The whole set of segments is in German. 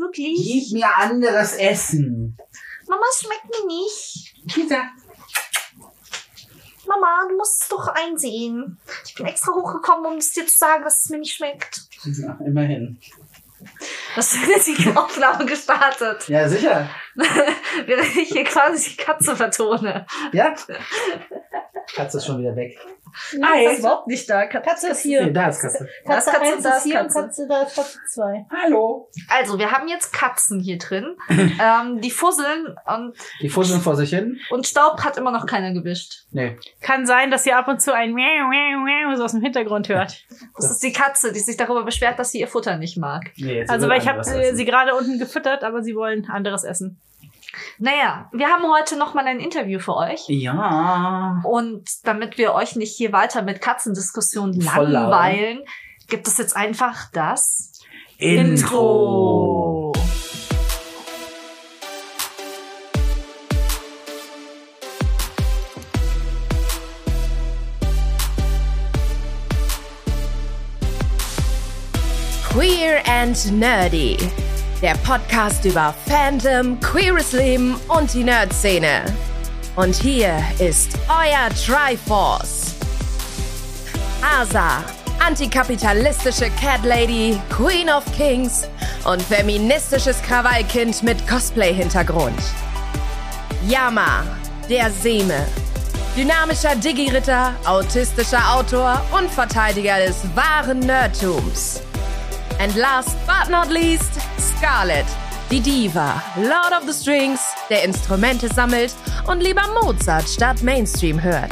wirklich? Gib mir anderes Essen. Mama, es schmeckt mir nicht. Pizza. Mama, du musst es doch einsehen. Ich bin extra hochgekommen, um es dir zu sagen, dass es mir nicht schmeckt. Ja, immerhin. Das ist jetzt die Aufnahme gestartet. Ja, sicher. Während ich hier quasi die Katze vertone. Ja. Katze ist schon wieder weg. Nein, ist überhaupt nicht da. Katze ist hier. Nee, da ist Katze. Katze Katze, 1 da ist ist hier und Katze. da ist Katze 2. Hallo. Also, wir haben jetzt Katzen hier drin. Die fusseln Die fusseln vor sich hin? und Staub hat immer noch keiner gewischt. Nee. Kann sein, dass ihr ab und zu ein Miau, Miau, Miau so aus dem Hintergrund hört. Das ist die Katze, die sich darüber beschwert, dass sie ihr Futter nicht mag. Nee, jetzt Also, will weil ich habe anderes essen. sie gerade unten gefüttert, aber sie wollen anderes essen. Naja, wir haben heute nochmal ein Interview für euch. Ja. Und damit wir euch nicht hier weiter mit Katzendiskussionen Voll langweilen, gibt es jetzt einfach das Intro. Queer and Nerdy. Der Podcast über Fandom, queeres Leben und die Nerd-Szene. Und hier ist euer Triforce. Asa, antikapitalistische Cat Lady, Queen of Kings und feministisches Krawallkind mit Cosplay-Hintergrund. Yama, der Seme. Dynamischer Digi-Ritter, autistischer Autor und Verteidiger des wahren Nerdtums. And last but not least, Scarlett, die Diva, Lord of the Strings, der Instrumente sammelt und lieber Mozart statt Mainstream hört.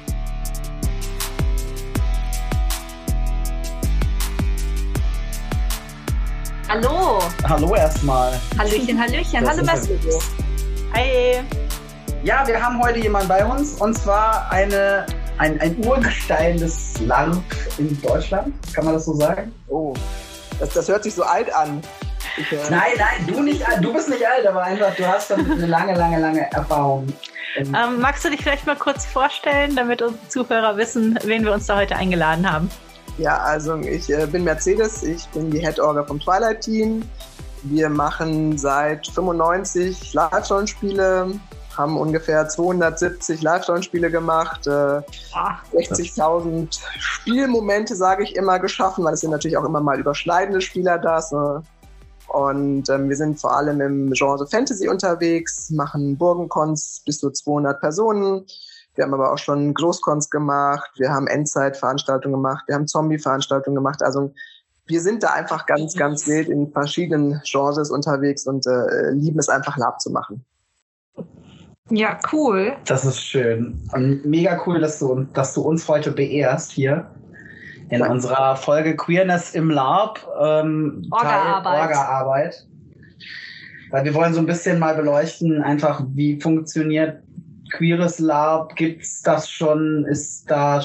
Hallo. Hallo erstmal. Hallöchen, Hallöchen. Hallo, Das ist Messi. Hi. Ja, wir haben heute jemanden bei uns und zwar ein Urgestein des LARP in Deutschland. Kann man das so sagen? Oh, das hört sich so alt an. Nein, du nicht alt. Du bist nicht alt, aber einfach, du hast dann eine lange Erfahrung. Magst du dich vielleicht mal kurz vorstellen, damit unsere Zuhörer wissen, wen wir uns da heute eingeladen haben? Ja, also ich bin Mercedes, ich bin die Head-Orga vom Twilight Team. Wir machen seit 95 Live-Rollenspiele, haben ungefähr 270 Live-Rollenspiele gemacht, 60.000 Spielmomente, sage ich immer, geschaffen, weil es sind natürlich auch immer mal überschneidende Spieler da. So. Und wir sind vor allem im Genre Fantasy unterwegs, machen Burgencons bis zu 200 Personen. Wir haben aber auch schon Großcons gemacht, wir haben Endzeit-Veranstaltungen gemacht, wir haben Zombie-Veranstaltungen gemacht. Also wir sind da einfach ganz wild in verschiedenen Genres unterwegs und lieben es einfach, LARP zu machen. Ja, cool. Das ist schön. Und mega cool, dass du uns heute beehrst hier in unserer Folge Queerness im LARP. Orga-Arbeit. Weil wir wollen so ein bisschen mal beleuchten, einfach wie funktioniert queeres LARP, gibt's das schon, ist da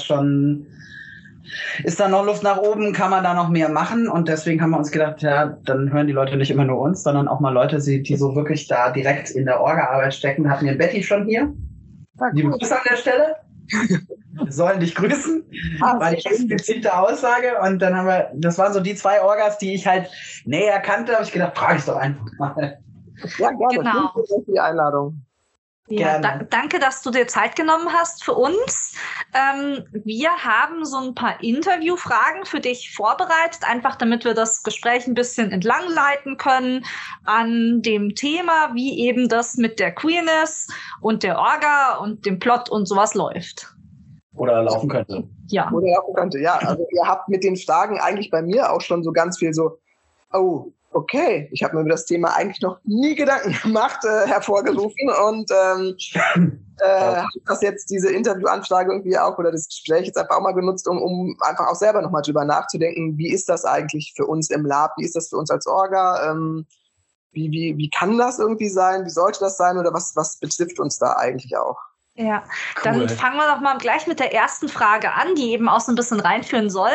noch Luft nach oben, kann man da noch mehr machen? Und deswegen haben wir uns gedacht, ja, dann hören die Leute nicht immer nur uns, sondern auch mal Leute, die so wirklich da direkt in der Orga-Arbeit stecken. Hatten wir Betty schon hier. Liebe Grüße an der Stelle. Wir sollen dich grüßen. War die explizite Aussage. Und dann haben wir, das waren so die zwei Orgas, die ich halt näher kannte, habe ich gedacht, frage ich doch einfach mal. Ja, gerne. Genau. Vielen Dank für die Einladung. Ja, Gerne. danke, dass du dir Zeit genommen hast für uns. Wir haben so ein paar Interviewfragen für dich vorbereitet, einfach damit wir das Gespräch ein bisschen entlangleiten können an dem Thema, wie eben das mit der Queerness und der Orga und dem Plot und sowas läuft. Oder laufen könnte. Ja. Oder auch könnte, ja. Also ihr habt mit den Fragen eigentlich bei mir auch schon so ganz viel so, oh, okay, ich habe mir über das Thema eigentlich noch nie Gedanken gemacht, hervorgerufen und habe das jetzt, diese Interviewanfrage irgendwie auch oder das Gespräch jetzt einfach auch mal genutzt, um einfach auch selber nochmal drüber nachzudenken, wie ist das eigentlich für uns im LARP, wie ist das für uns als Orga, wie kann das irgendwie sein, wie sollte das sein oder was betrifft uns da eigentlich auch? Ja, dann Cool. fangen wir doch mal gleich mit der ersten Frage an, die eben auch so ein bisschen reinführen soll.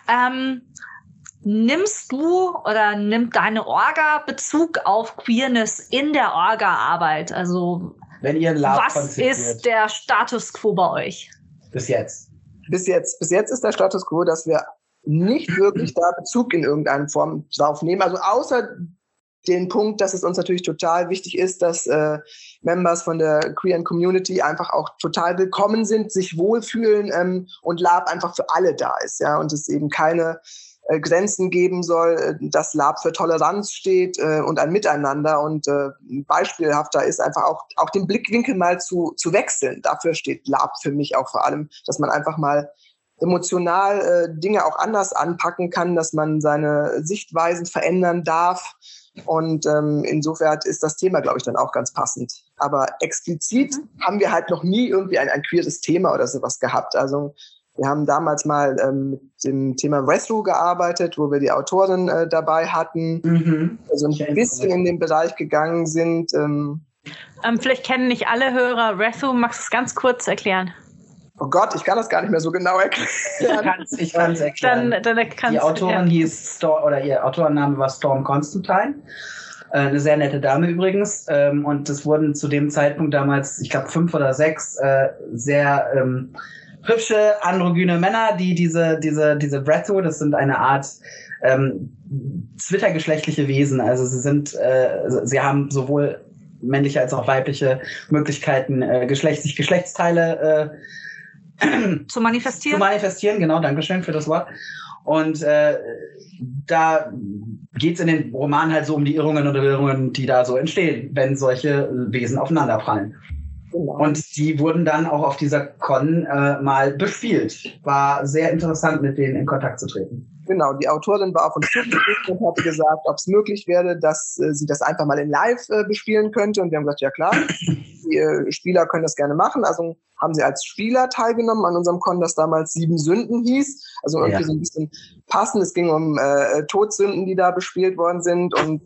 Nimmst du oder nimmt deine Orga Bezug auf Queerness in der Orga-Arbeit? Also Wenn ihr ein LARP was konzipiert. ist der Status quo bei euch? Bis jetzt. Bis jetzt ist der Status quo, dass wir nicht wirklich da Bezug in irgendeiner Form drauf nehmen. Also außer den Punkt, dass es uns natürlich total wichtig ist, dass Members von der Queer Community einfach auch total willkommen sind, sich wohlfühlen und Lab einfach für alle da ist, ja, und es eben keine Grenzen geben soll, dass Lab für Toleranz steht und ein Miteinander, und beispielhafter ist einfach auch den Blickwinkel mal zu wechseln. Dafür steht Lab für mich auch vor allem, dass man einfach mal emotional Dinge auch anders anpacken kann, dass man seine Sichtweisen verändern darf. Und insofern ist das Thema, glaube ich, dann auch ganz passend. Aber explizit haben wir halt noch nie irgendwie ein queeres Thema oder sowas gehabt. Also wir haben damals mal mit dem Thema Resu gearbeitet, wo wir die Autorin dabei hatten, also ein bisschen in den Bereich gegangen sind. Vielleicht kennen nicht alle Hörer Resu. Magst du es ganz kurz erklären? Oh Gott, ich kann das gar nicht mehr so genau erklären. Ich kann es erklären. Die Autorin hieß ihr Autorenname war Storm Constantine. Eine sehr nette Dame übrigens. Und es wurden zu dem Zeitpunkt damals, ich glaube 5 oder 6, sehr hübsche, androgyne Männer, die diese Breatho, das sind eine Art zwittergeschlechtliche Wesen. Also sie haben sowohl männliche als auch weibliche Möglichkeiten, sich Geschlechtsteile zu manifestieren. Genau, Dankeschön für das Wort. Und da geht's in den Roman halt so um die Irrungen und Wirrungen, die da so entstehen, wenn solche Wesen aufeinanderprallen. Genau. Und die wurden dann auch auf dieser Con mal bespielt. War sehr interessant, mit denen in Kontakt zu treten. Genau, die Autorin war auf uns zugekommen und hatte gesagt, ob es möglich wäre, dass sie das einfach mal in Live bespielen könnte. Und wir haben gesagt, ja klar, die Spieler können das gerne machen. Also haben sie als Spieler teilgenommen an unserem Con, das damals 7 Sünden hieß. Also irgendwie so ein bisschen passend. Es ging um Todsünden, die da bespielt worden sind. Und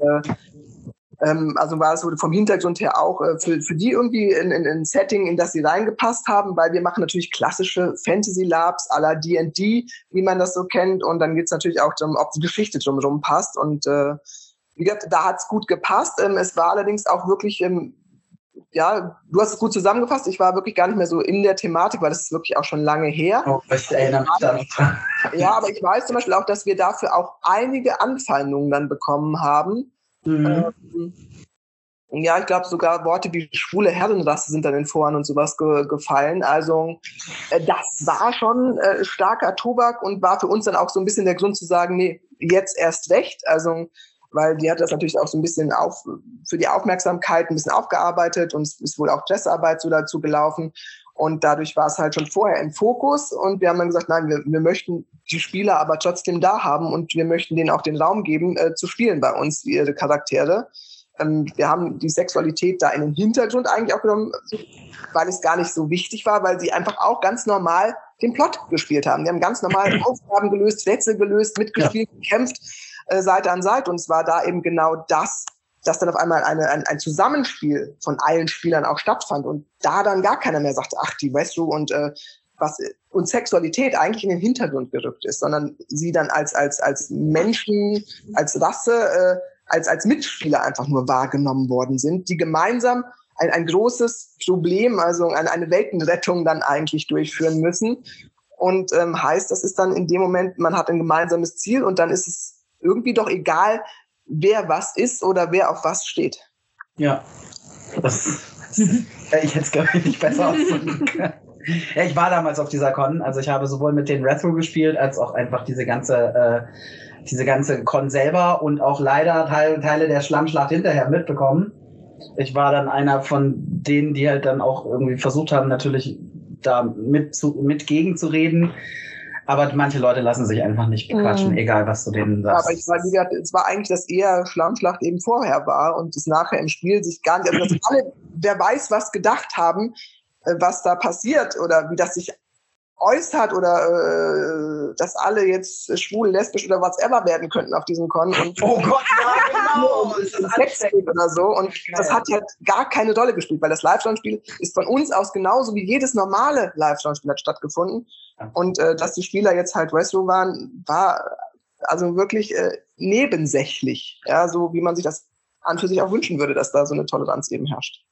also war es vom Hintergrund her auch für die irgendwie ein Setting, in das sie reingepasst haben, weil wir machen natürlich klassische Fantasy-Labs à la D&D, wie man das so kennt. Und dann geht es natürlich auch darum, ob die Geschichte drumherum passt. Und wie gesagt, da hat es gut gepasst. Es war allerdings auch wirklich, ja, du hast es gut zusammengefasst. Ich war wirklich gar nicht mehr so in der Thematik, weil das ist wirklich auch schon lange her. Oh, ich erinnere mich da noch dran. Ja, aber ich weiß zum Beispiel auch, dass wir dafür auch einige Anfeindungen dann bekommen haben. Ja, ich glaube sogar Worte wie schwule Herrenrasse sind dann in Foren und sowas gefallen. Also das war schon starker Tobak und war für uns dann auch so ein bisschen der Grund zu sagen, nee, jetzt erst recht. Also weil die hat das natürlich auch so ein bisschen für die Aufmerksamkeit ein bisschen aufgearbeitet und es ist wohl auch Pressearbeit so dazu gelaufen. Und dadurch war es halt schon vorher im Fokus. Und wir haben dann gesagt, nein, wir möchten die Spieler aber trotzdem da haben und wir möchten denen auch den Raum geben, zu spielen bei uns, ihre Charaktere. Wir haben die Sexualität da in den Hintergrund eigentlich auch genommen, weil es gar nicht so wichtig war, weil sie einfach auch ganz normal den Plot gespielt haben. Die haben ganz normal Aufgaben gelöst, Rätsel gelöst, mitgespielt, gekämpft, Seite an Seite. Und es war da eben genau das, dass dann auf einmal ein Zusammenspiel von allen Spielern auch stattfand und da dann gar keiner mehr sagte, ach, die Resu und Sexualität eigentlich in den Hintergrund gerückt ist, sondern sie dann als Menschen, als Rasse, als Mitspieler einfach nur wahrgenommen worden sind, die gemeinsam ein großes Problem, also eine Weltenrettung dann eigentlich durchführen müssen. Und heißt, das ist dann in dem Moment, man hat ein gemeinsames Ziel und dann ist es irgendwie doch egal, wer was ist oder wer auf was steht. Ja, ich hätte es, glaube ich, nicht besser ausdrücken können. Ja, ich war damals auf dieser Con, also ich habe sowohl mit den Retro gespielt, als auch einfach diese ganze Con selber und auch leider Teile der Schlammschlacht hinterher mitbekommen. Ich war dann einer von denen, die halt dann auch irgendwie versucht haben, natürlich da mit gegenzureden. Aber manche Leute lassen sich einfach nicht bequatschen, egal was du denen sagst. Aber es war eigentlich, dass eher Schlammschlacht eben vorher war und es nachher im Spiel sich gar nicht, also dass alle, wer weiß, was gedacht haben, was da passiert oder wie das sich äußert oder dass alle jetzt schwul, lesbisch oder whatever werden könnten auf diesem Con. Und oh Gott, ja, genau. Sex oder so. Und das hat halt gar keine Rolle gespielt, weil das Live-Rollenspiel ist von uns aus genauso wie jedes normale Live-Rollenspiel hat stattgefunden. Ja. Und dass die Spieler jetzt halt Resu waren, war also wirklich nebensächlich. Ja, so wie man sich das an für sich auch wünschen würde, dass da so eine Toleranz eben herrscht.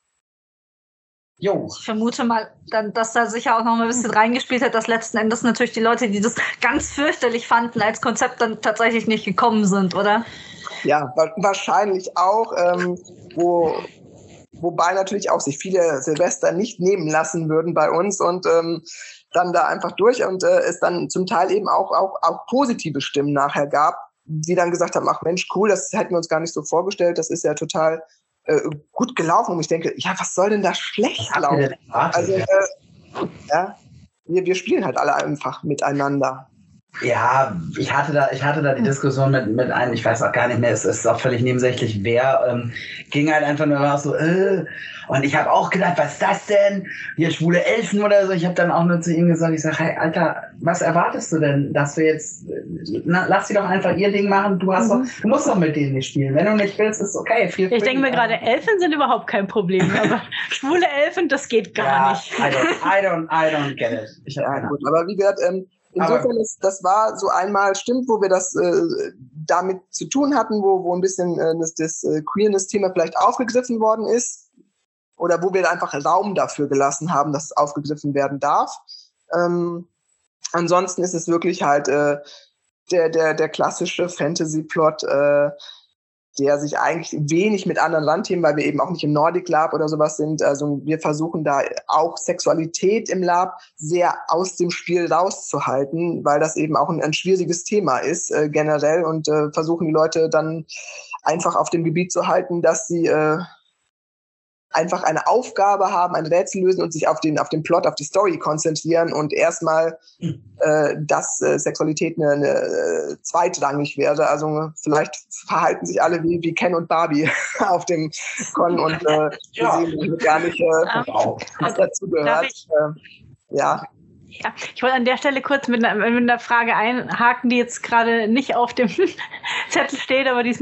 Jo. Ich vermute mal, dass da sicher auch noch mal ein bisschen reingespielt hat, dass letzten Endes natürlich die Leute, die das ganz fürchterlich fanden, als Konzept dann tatsächlich nicht gekommen sind, oder? Ja, wahrscheinlich auch, wobei natürlich auch sich viele Silvester nicht nehmen lassen würden bei uns und dann da einfach durch und es dann zum Teil eben auch positive Stimmen nachher gab, die dann gesagt haben, ach Mensch, cool, das hätten wir uns gar nicht so vorgestellt, das ist ja total gut gelaufen. Und ich denke, ja, was soll denn da schlecht laufen? Also, ja, wir spielen halt alle einfach miteinander. Ja, ich hatte da die Diskussion mit einem, ich weiß auch gar nicht mehr, es ist auch völlig nebensächlich, wer, ging halt einfach nur so, und ich habe auch gedacht, was ist das denn? Hier schwule Elfen oder so. Ich habe dann auch nur zu ihm gesagt, ich sage, hey, Alter, was erwartest du denn, dass wir jetzt, lass sie doch einfach ihr Ding machen, du musst doch mit denen nicht spielen. Wenn du nicht willst, ist okay. Ich denke mir gerade, Elfen sind überhaupt kein Problem, aber schwule Elfen, das geht gar nicht. I don't get it. Ja, gut, aber wie gesagt, insofern, das war so einmal stimmt, wo wir das damit zu tun hatten, wo ein bisschen das Queerness-Thema vielleicht aufgegriffen worden ist oder wo wir einfach Raum dafür gelassen haben, dass es aufgegriffen werden darf. Ansonsten ist es wirklich halt der klassische Fantasy-Plot, der sich eigentlich wenig mit anderen Randthemen, weil wir eben auch nicht im Nordic Lab oder sowas sind. Also wir versuchen da auch Sexualität im Lab sehr aus dem Spiel rauszuhalten, weil das eben auch ein schwieriges Thema ist generell und versuchen die Leute dann einfach auf dem Gebiet zu halten, dass sie einfach eine Aufgabe haben, ein Rätsel lösen und sich auf den Plot, auf die Story konzentrieren und erstmal, dass Sexualität eine zweitrangig wäre. Also vielleicht verhalten sich alle wie Ken und Barbie auf dem Con und wir sehen gar nicht, was dazu gehört. Ja. Ja, ich wollte an der Stelle kurz mit einer Frage einhaken, die jetzt gerade nicht auf dem Zettel steht, aber die ist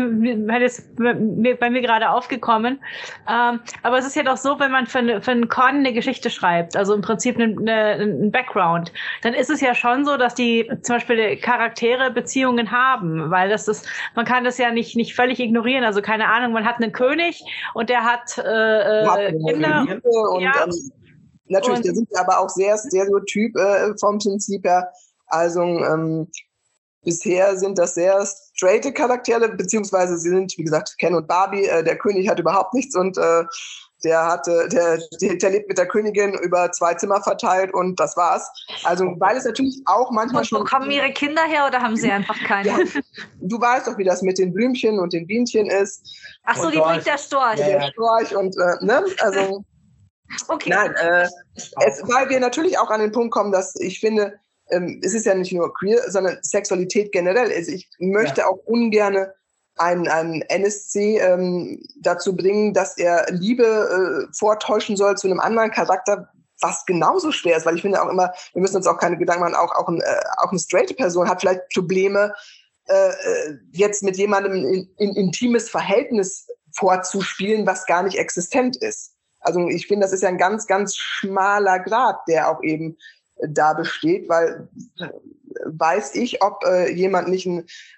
bei mir gerade aufgekommen. Aber es ist ja doch so, wenn man für einen Con eine Geschichte schreibt, also im Prinzip einen Background, dann ist es ja schon so, dass die zum Beispiel Charaktere Beziehungen haben, weil man kann das ja nicht völlig ignorieren. Also keine Ahnung, man hat einen König und der hat Kinder. Und, natürlich, der sind aber auch sehr Stereotyp vom Prinzip her. Also bisher sind das sehr straighte Charaktere, beziehungsweise sie sind, wie gesagt, Ken und Barbie. Der König hat überhaupt nichts und der lebt mit der Königin über 2 Zimmer verteilt und das war's. Also weil es natürlich auch manchmal schon... Wo kommen ihre Kinder her oder haben sie einfach keine? Ja, du weißt doch, wie das mit den Blümchen und den Bienchen ist. Ach so, die bringt der Storch. Ja. Der Storch und, ne, also... Okay. Nein, weil wir natürlich auch an den Punkt kommen, dass ich finde, es ist ja nicht nur queer, sondern Sexualität generell. Also ich möchte auch ungerne einen NSC dazu bringen, dass er Liebe vortäuschen soll zu einem anderen Charakter, was genauso schwer ist, weil ich finde auch immer, wir müssen uns auch keine Gedanken machen, auch eine straighte Person hat vielleicht Probleme, jetzt mit jemandem in intimes Verhältnis vorzuspielen, was gar nicht existent ist. Also ich finde, das ist ja ein ganz, ganz schmaler Grat, der auch eben da besteht, weil weiß ich, ob jemand nicht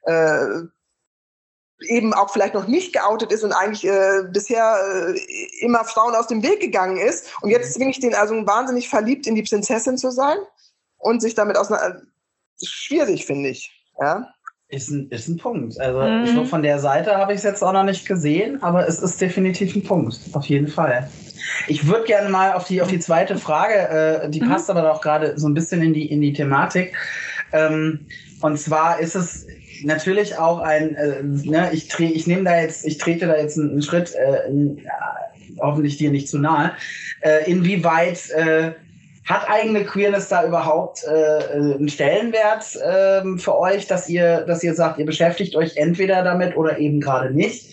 eben auch vielleicht noch nicht geoutet ist und eigentlich bisher immer Frauen aus dem Weg gegangen ist und jetzt zwinge ich den also wahnsinnig verliebt in die Prinzessin zu sein und sich damit schwierig, finde ich. Ja? Ist ein Punkt. Also so von der Seite habe ich es jetzt auch noch nicht gesehen, aber es ist definitiv ein Punkt. Auf jeden Fall. Ich würde gerne mal auf die zweite Frage, die passt aber auch gerade so ein bisschen in die Thematik. Und zwar ist es natürlich auch ich trete da jetzt einen Schritt, hoffentlich dir nicht zu nahe. Inwieweit hat eigene Queerness da überhaupt einen Stellenwert für euch, dass ihr sagt, ihr beschäftigt euch entweder damit oder eben gerade nicht?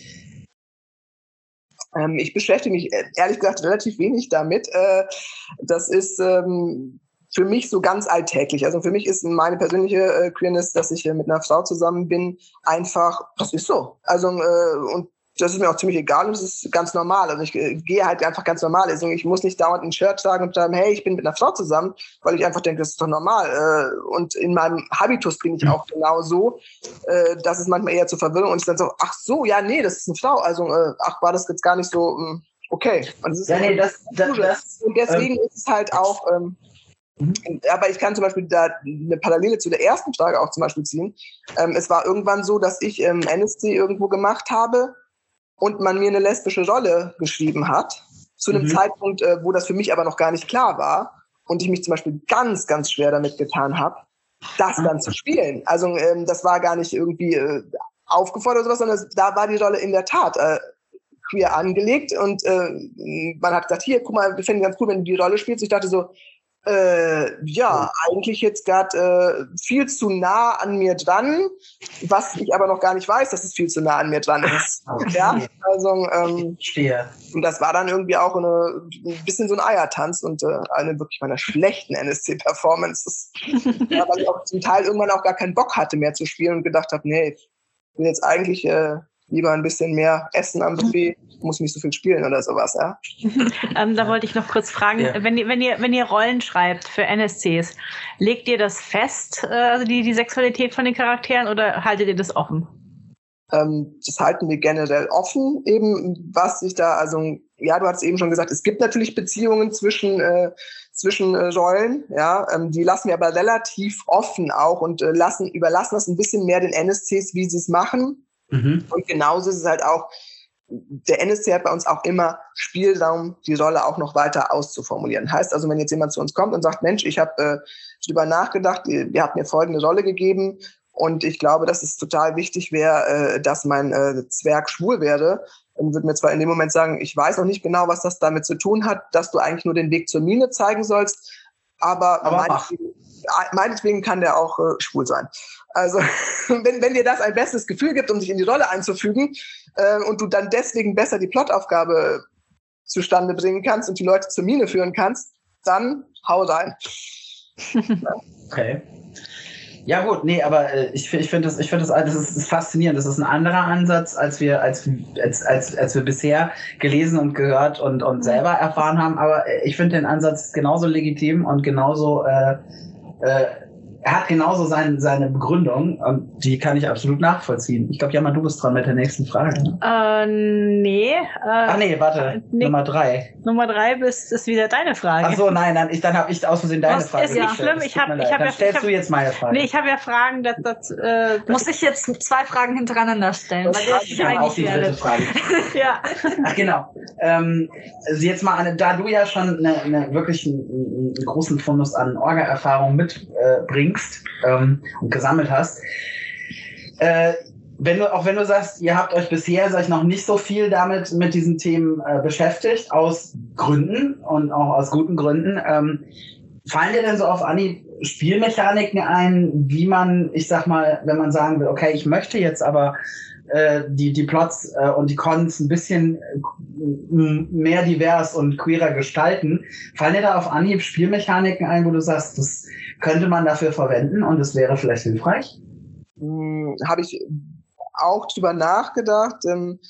Ich beschäftige mich ehrlich gesagt relativ wenig damit. Das ist für mich so ganz alltäglich. Also für mich ist meine persönliche Queerness, dass ich mit einer Frau zusammen bin, einfach, das ist so. Also und das ist mir auch ziemlich egal und das ist ganz normal. Also ich gehe halt einfach ganz normal. Also ich muss nicht dauernd in Church sagen und sagen, hey, ich bin mit einer Frau zusammen, weil ich einfach denke, das ist doch normal. Und in meinem Habitus bin ich auch genau so, dass es manchmal eher zur Verwirrung und ich dann so, ach so, ja, nee, das ist eine Frau. Also, war das jetzt gar nicht so, okay. Und das ist ja, nee, und deswegen ist es halt auch, Aber ich kann zum Beispiel da eine Parallele zu der ersten Frage auch zum Beispiel ziehen. Es war irgendwann so, dass ich NSC irgendwo gemacht habe und man mir eine lesbische Rolle geschrieben hat, zu einem Zeitpunkt, wo das für mich aber noch gar nicht klar war und ich mich zum Beispiel ganz, ganz schwer damit getan habe, das dann zu spielen. Also das war gar nicht irgendwie aufgefordert oder sowas, sondern da war die Rolle in der Tat queer angelegt und man hat gesagt, hier, guck mal, wir finden ganz cool, wenn du die Rolle spielst. Ich dachte so, eigentlich jetzt gerade viel zu nah an mir dran, was ich aber noch gar nicht weiß, dass es viel zu nah an mir dran ist. Okay. Ja, also und das war dann irgendwie auch ein bisschen so ein Eiertanz und eine wirklich meiner schlechten NSC-Performances, weil ich auch zum Teil irgendwann auch gar keinen Bock hatte mehr zu spielen und gedacht habe, nee, ich will jetzt eigentlich lieber ein bisschen mehr essen am Buffet, muss nicht so viel spielen oder sowas, ja. Da wollte ich noch kurz fragen, wenn ihr Rollen schreibt für NSCs, legt ihr das fest, also die Sexualität von den Charakteren, oder haltet ihr das offen? Das halten wir generell offen, eben was sich da, also ja, du hattest eben schon gesagt, es gibt natürlich Beziehungen zwischen Rollen, ja, die lassen wir aber relativ offen auch und überlassen das ein bisschen mehr den NSCs, wie sie es machen. Und genauso ist es halt auch, der NSC hat bei uns auch immer Spielraum, die Rolle auch noch weiter auszuformulieren. Heißt also, wenn jetzt jemand zu uns kommt und sagt, Mensch, ich habe drüber nachgedacht, ihr habt mir folgende Rolle gegeben und ich glaube, dass es total wichtig wäre, dass mein Zwerg schwul wäre, dann würde mir zwar in dem Moment sagen, ich weiß noch nicht genau, was das damit zu tun hat, dass du eigentlich nur den Weg zur Mine zeigen sollst, aber meinetwegen kann der auch schwul sein. Also wenn dir das ein besseres Gefühl gibt, um dich in die Rolle einzufügen und du dann deswegen besser die Plotaufgabe zustande bringen kannst und die Leute zur Mine führen kannst, dann hau rein. Okay. Ja gut, nee, aber ich finde das ist faszinierend. Das ist ein anderer Ansatz, als wir bisher gelesen und gehört und selber erfahren haben. Aber ich finde den Ansatz genauso legitim und genauso er hat genauso seine Begründung und die kann ich absolut nachvollziehen. Ich glaube, Jama, du bist dran mit der nächsten Frage. Nee. Warte. Nummer 3. Nummer 3 ist wieder deine Frage. Ach so, nein, dann habe ich aus Versehen deine Frage gestellt. Ist nicht schlimm. Dann stellst du jetzt meine Frage. Nee, ich habe ja Fragen. Muss ich jetzt 2 Fragen hintereinander stellen? Weil ich auch die dritte Frage. Ja. Ach genau. Jetzt mal, da du ja schon wirklich einen großen Fundus an Orga-Erfahrung mitbringst, und gesammelt hast. Wenn du sagst, ihr habt euch bisher noch nicht so viel mit diesen Themen beschäftigt, aus Gründen und auch aus guten Gründen, fallen dir denn so auf Anhieb Spielmechaniken ein, wie man, ich sag mal, wenn man sagen will, okay, ich möchte jetzt aber die Plots und die Cons ein bisschen mehr divers und queerer gestalten, fallen dir da auf Anhieb Spielmechaniken ein, wo du sagst, das könnte man dafür verwenden und es wäre vielleicht hilfreich? Habe ich auch drüber nachgedacht.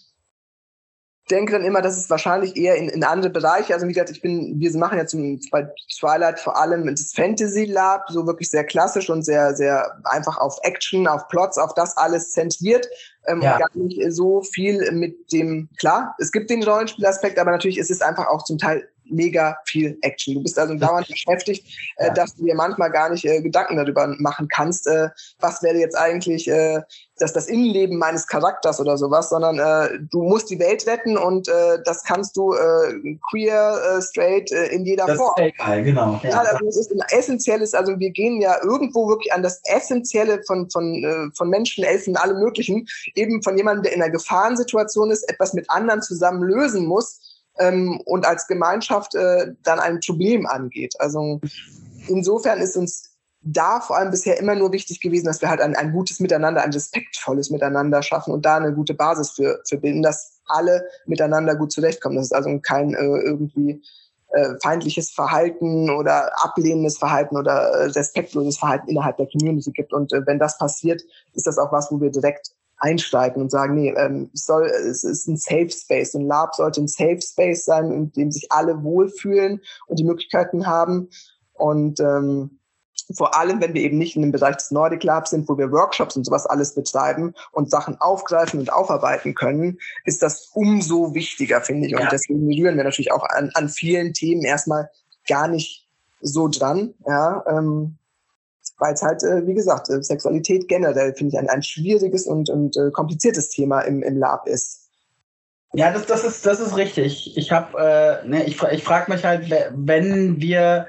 Denke dann immer, dass es wahrscheinlich eher in andere Bereiche, also wie gesagt, wir machen jetzt bei Twilight vor allem das Fantasy Lab, so wirklich sehr klassisch und sehr, sehr einfach auf Action, auf Plots, auf das alles zentriert. Gar nicht so viel mit dem, klar, es gibt den Rollenspielaspekt, aber natürlich ist es einfach auch zum Teil mega viel Action. Du bist also dauernd beschäftigt, dass du dir manchmal gar nicht Gedanken darüber machen kannst, was wäre jetzt eigentlich das Innenleben meines Charakters oder sowas, sondern du musst die Welt retten und das kannst du queer, straight, in jeder Form. Das ist egal, genau. Ja, also es ist ein essentielles, also wir gehen ja irgendwo wirklich an das Essentielle von Menschen, Elfen, allem Möglichen, eben von jemandem, der in einer Gefahrensituation ist, etwas mit anderen zusammen lösen muss, und als Gemeinschaft dann ein Problem angeht. Also insofern ist uns da vor allem bisher immer nur wichtig gewesen, dass wir halt ein gutes Miteinander, ein respektvolles Miteinander schaffen und da eine gute Basis für bilden, dass alle miteinander gut zurechtkommen. Das ist also kein irgendwie feindliches Verhalten oder ablehnendes Verhalten oder respektloses Verhalten innerhalb der Community gibt. Und wenn das passiert, ist das auch was, wo wir direkt einsteigen und sagen, nee, es ist ein Safe Space. Ein Lab sollte ein Safe Space sein, in dem sich alle wohlfühlen und die Möglichkeiten haben. Und vor allem, wenn wir eben nicht in dem Bereich des Nordic Labs sind, wo wir Workshops und sowas alles betreiben und Sachen aufgreifen und aufarbeiten können, ist das umso wichtiger, finde ich. Und deswegen rühren wir natürlich auch an vielen Themen erstmal gar nicht so dran, ja, weil es halt, wie gesagt, Sexualität generell, finde ich, ein schwieriges und kompliziertes Thema im Lab ist. Ja, das ist richtig. Ich frage mich halt, wenn wir,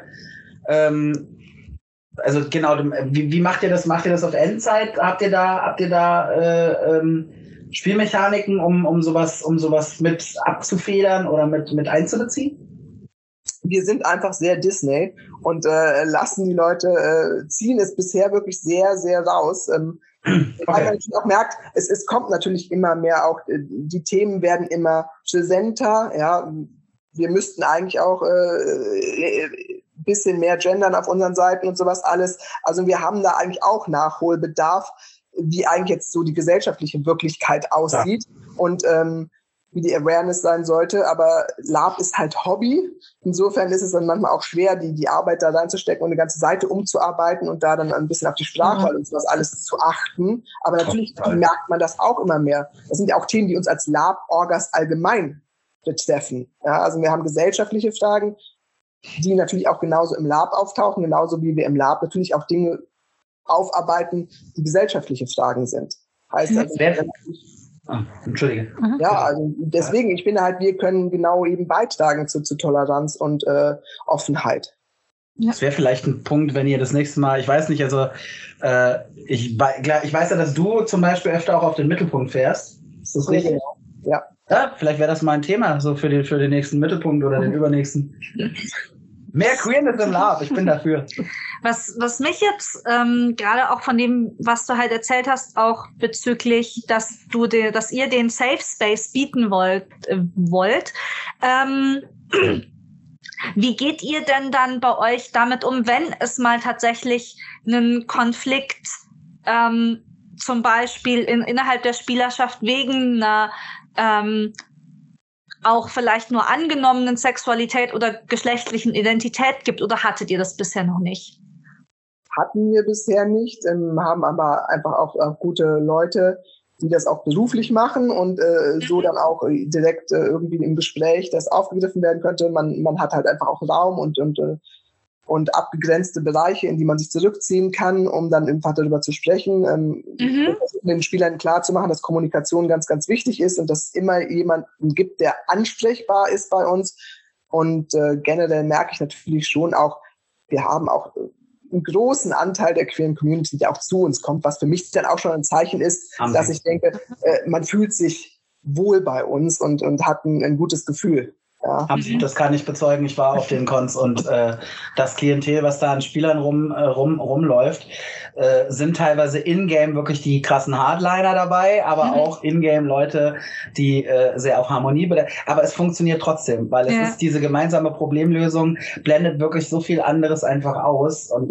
also genau, wie macht ihr das? Macht ihr das auf Endzeit? Habt ihr da Spielmechaniken, um sowas mit abzufedern oder mit einzubeziehen? Wir sind einfach sehr Disney und lassen die Leute, ziehen es bisher wirklich sehr, sehr raus. Okay. Weil man auch merkt, es kommt natürlich immer mehr, auch die Themen werden immer präsenter. Ja, wir müssten eigentlich auch bisschen mehr gendern auf unseren Seiten und sowas alles. Also wir haben da eigentlich auch Nachholbedarf, wie eigentlich jetzt so die gesellschaftliche Wirklichkeit aussieht. Ja. Und wie die Awareness sein sollte, aber Lab ist halt Hobby. Insofern ist es dann manchmal auch schwer, die Arbeit da reinzustecken und eine ganze Seite umzuarbeiten und da dann ein bisschen auf die Sprachwahl und sowas alles zu achten. Aber natürlich merkt man das auch immer mehr. Das sind ja auch Themen, die uns als Lab-Orgas allgemein betreffen. Ja, also wir haben gesellschaftliche Fragen, die natürlich auch genauso im Lab auftauchen, genauso wie wir im Lab natürlich auch Dinge aufarbeiten, die gesellschaftliche Fragen sind. Heißt also, Entschuldige. Ja, also deswegen, ich finde halt, wir können genau eben beitragen zu Toleranz und Offenheit. Das wäre vielleicht ein Punkt, wenn ihr das nächste Mal, ich weiß nicht, also ich weiß ja, dass du zum Beispiel öfter auch auf den Mittelpunkt fährst. Ist das richtig? Genau. Ja. Ja, vielleicht wäre das mal ein Thema so für den nächsten Mittelpunkt oder den übernächsten. Mehr Queerness im Lab, ich bin dafür. Was mich jetzt gerade auch von dem, was du halt erzählt hast, auch bezüglich, dass ihr den Safe Space bieten wollt, wie geht ihr denn dann bei euch damit um, wenn es mal tatsächlich einen Konflikt zum Beispiel innerhalb der Spielerschaft wegen einer auch vielleicht nur angenommenen Sexualität oder geschlechtlichen Identität gibt, oder hattet ihr das bisher noch nicht? Hatten wir bisher nicht, haben aber einfach auch gute Leute, die das auch beruflich machen und so dann auch direkt irgendwie im Gespräch das aufgegriffen werden könnte. Man hat halt einfach auch Raum und abgegrenzte Bereiche, in die man sich zurückziehen kann, um dann einfach darüber zu sprechen. Den Spielern klar zu machen, dass Kommunikation ganz, ganz wichtig ist und dass es immer jemanden gibt, der ansprechbar ist bei uns. Und generell merke ich natürlich schon auch, wir haben auch einen großen Anteil der queeren Community, der auch zu uns kommt, was für mich dann auch schon ein Zeichen ist, dass ich denke, man fühlt sich wohl bei uns und hat ein gutes Gefühl. Ja. Absolut, das kann ich bezeugen. Ich war auf den Cons und das Klientel, was da an Spielern rumläuft, sind teilweise in-game wirklich die krassen Hardliner dabei, aber auch in-game Leute, die sehr auf Harmonie bedenken. Aber es funktioniert trotzdem, weil es ist diese gemeinsame Problemlösung, blendet wirklich so viel anderes einfach aus. Und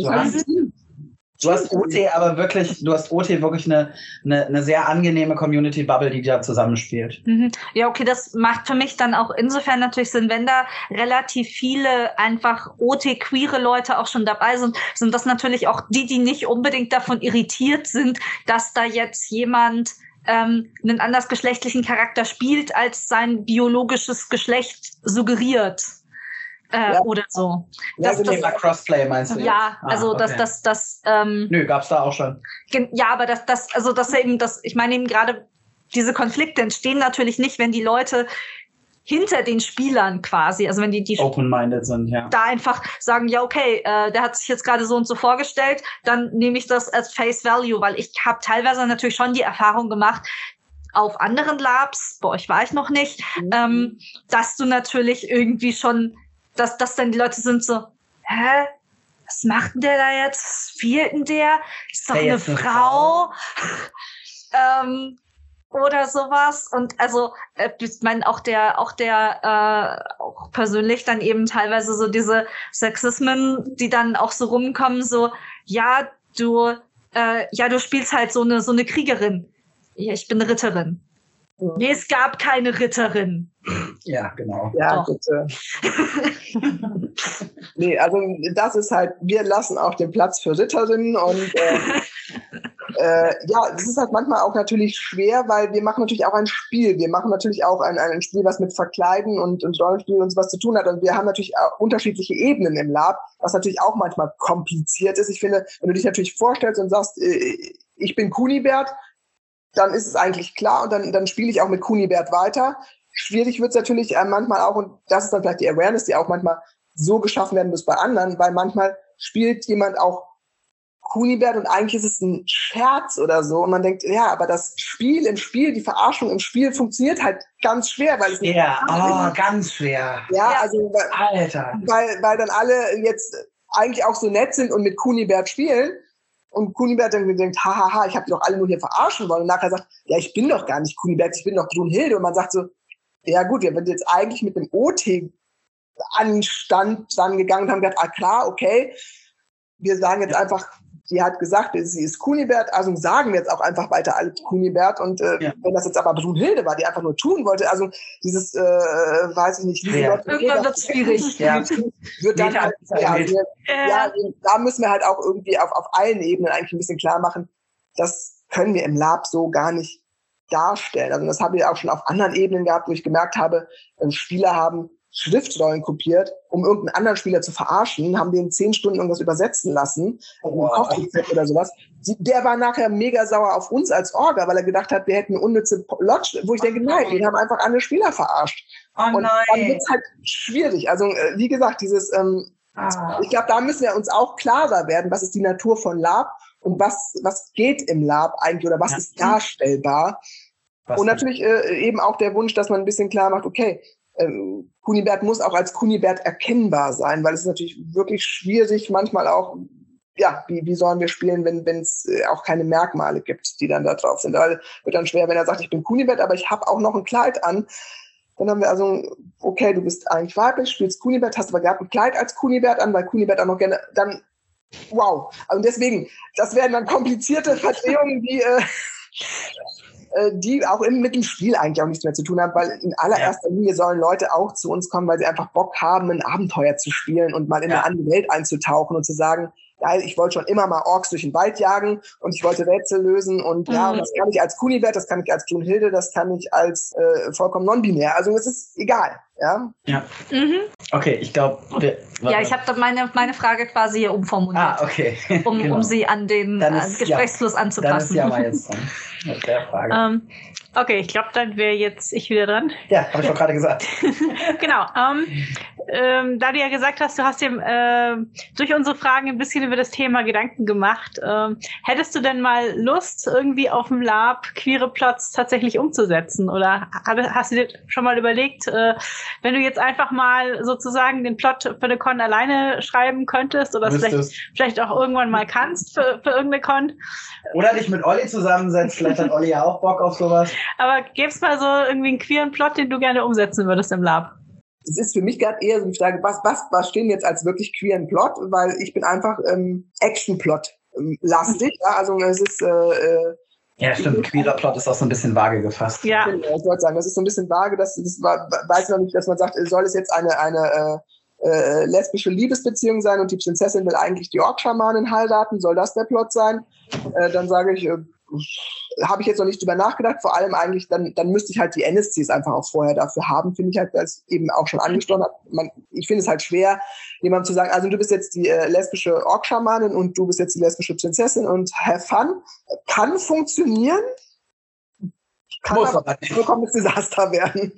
du hast OT wirklich eine sehr angenehme Community-Bubble, die da zusammenspielt. Ja, okay, das macht für mich dann auch insofern natürlich Sinn, wenn da relativ viele einfach OT-queere Leute auch schon dabei sind das natürlich auch die nicht unbedingt davon irritiert sind, dass da jetzt jemand einen andersgeschlechtlichen Charakter spielt, als sein biologisches Geschlecht suggeriert. Oder so. Das Thema Crossplay meinst du? Ja, also okay. das Nö, gab's da auch schon. Ja, aber ich meine eben gerade, diese Konflikte entstehen natürlich nicht, wenn die Leute hinter den Spielern quasi, also wenn die open-minded sind, ja. Da einfach sagen, ja, okay, der hat sich jetzt gerade so und so vorgestellt, dann nehme ich das als Face Value, weil ich habe teilweise natürlich schon die Erfahrung gemacht, auf anderen Labs, bei euch war ich noch nicht, dass du natürlich irgendwie schon dass dann die Leute sind so, was macht denn der da jetzt? Was spielt denn der? Ist doch eine Frau. Oder sowas. Und also, ich meine, auch persönlich dann eben teilweise so diese Sexismen, die dann auch so rumkommen, so, du spielst halt so eine Kriegerin. Ja, ich bin Ritterin. Nee, es gab keine Ritterin. Ja, genau. Ja, bitte. Nee, also das ist halt, wir lassen auch den Platz für Ritterinnen und ja, das ist halt manchmal auch natürlich schwer, weil wir machen natürlich auch ein Spiel. Wir machen natürlich auch ein Spiel, was mit Verkleiden und Rollenspiel und sowas zu tun hat. Und wir haben natürlich auch unterschiedliche Ebenen im Lab, was natürlich auch manchmal kompliziert ist. Ich finde, wenn du dich natürlich vorstellst und sagst, ich bin Kunibert, dann ist es eigentlich klar und dann spiele ich auch mit Kunibert weiter. Schwierig wird es natürlich manchmal auch, und das ist dann vielleicht die Awareness, die auch manchmal so geschaffen werden muss bei anderen, weil manchmal spielt jemand auch Kunibert und eigentlich ist es ein Scherz oder so und man denkt, ja, aber das Spiel im Spiel, die Verarschung im Spiel funktioniert halt ganz schwer, weil es nicht ganz schwer. Ja, also Alter. Weil dann alle jetzt eigentlich auch so nett sind und mit Kunibert spielen und Kunibert dann denkt, hahaha, ich habe die doch alle nur hier verarschen wollen und nachher sagt, ja, ich bin doch gar nicht Kunibert, ich bin doch Brunhilde und man sagt so, ja gut, wir sind jetzt eigentlich mit dem OT-Anstand dran gegangen und haben gedacht, ah klar, okay, wir sagen jetzt einfach, sie hat gesagt, sie ist Kunibert, also sagen wir jetzt auch einfach weiter alle Kunibert und wenn das jetzt aber Brunhilde war, die einfach nur tun wollte, also dieses, weiß ich nicht, irgendwann wird es schwierig. Wird dann halt, da müssen wir halt auch irgendwie auf allen Ebenen eigentlich ein bisschen klar machen, das können wir im Lab so gar nicht darstellen. Also das habe ich auch schon auf anderen Ebenen gehabt, wo ich gemerkt habe, Spieler haben Schriftrollen kopiert, um irgendeinen anderen Spieler zu verarschen, haben den 10 Stunden irgendwas übersetzen lassen, oder sowas. Der war nachher mega sauer auf uns als Orga, weil er gedacht hat, wir hätten eine unnütze Lodge, wo ich denke, nein, wir haben einfach andere Spieler verarscht. Und dann wird es halt schwierig. Also wie gesagt, dieses, ich glaube, da müssen wir uns auch klarer werden, was ist die Natur von Lab und was geht im Lab eigentlich oder was ist darstellbar. Und natürlich eben auch der Wunsch, dass man ein bisschen klar macht, okay, Kunibert muss auch als Kunibert erkennbar sein, weil es ist natürlich wirklich schwierig, manchmal auch, ja, wie sollen wir spielen, wenn es auch keine Merkmale gibt, die dann da drauf sind. Weil wird dann schwer, wenn er sagt, ich bin Kunibert, aber ich habe auch noch ein Kleid an. Dann haben wir also, okay, du bist eigentlich weiblich, spielst Kunibert, hast aber gerade ein Kleid als Kunibert an, weil Kunibert auch noch gerne, dann, wow. Also deswegen, das werden dann komplizierte Verdrehungen, die auch mit dem Spiel eigentlich auch nichts mehr zu tun haben, weil in allererster Linie sollen Leute auch zu uns kommen, weil sie einfach Bock haben, ein Abenteuer zu spielen und mal in eine andere Welt einzutauchen und zu sagen, geil, ich wollte schon immer mal Orks durch den Wald jagen und ich wollte Rätsel lösen und und das kann ich als Kunibert, das kann ich als Brunhilde, das kann ich als vollkommen non-binär. Also es ist egal. Ja. Okay, ich glaube. Ja, ich habe meine Frage quasi hier umformuliert. Okay. Um sie an den Gesprächsfluss anzupassen. Dann ist Jama jetzt dran. Mit der Frage. Okay, ich glaube, dann wäre jetzt ich wieder dran. Ja, habe ich doch gerade gesagt. Genau. Da du ja gesagt hast, du hast dir durch unsere Fragen ein bisschen über das Thema Gedanken gemacht. Hättest du denn mal Lust, irgendwie auf dem Lab queere Plots tatsächlich umzusetzen? Oder hast du dir schon mal überlegt, wenn du jetzt einfach mal sozusagen den Plot für eine Con alleine schreiben könntest oder es vielleicht auch irgendwann mal kannst für irgendeine Con? Oder dich mit Olli zusammensetzt, vielleicht hat Olli ja auch Bock auf sowas. Aber gäbe es mal so irgendwie einen queeren Plot, den du gerne umsetzen würdest im Lab? Es ist für mich gerade eher so die Frage, was stehen jetzt als wirklich queeren Plot? Weil ich bin einfach Action-Plot lastig. Ja? Also es ist ja, stimmt. Queerer Plot ist auch so ein bisschen vage gefasst. Ja. Ich wollte sagen, das ist so ein bisschen vage. Weiß noch nicht, dass man sagt, soll es jetzt eine lesbische Liebesbeziehung sein und die Prinzessin will eigentlich die Ork-Schamanin heiraten? Soll das der Plot sein? Dann sage ich, habe ich jetzt noch nicht drüber nachgedacht. Vor allem eigentlich, dann müsste ich halt die NSCs einfach auch vorher dafür haben. Finde ich halt, als eben auch schon angesprochen habe. Ich finde es halt schwer, jemandem zu sagen, also du bist jetzt die lesbische Ork-Schamanin und du bist jetzt die lesbische Prinzessin und have fun. Kann funktionieren. Kann aber ein vollkommenes Desaster werden.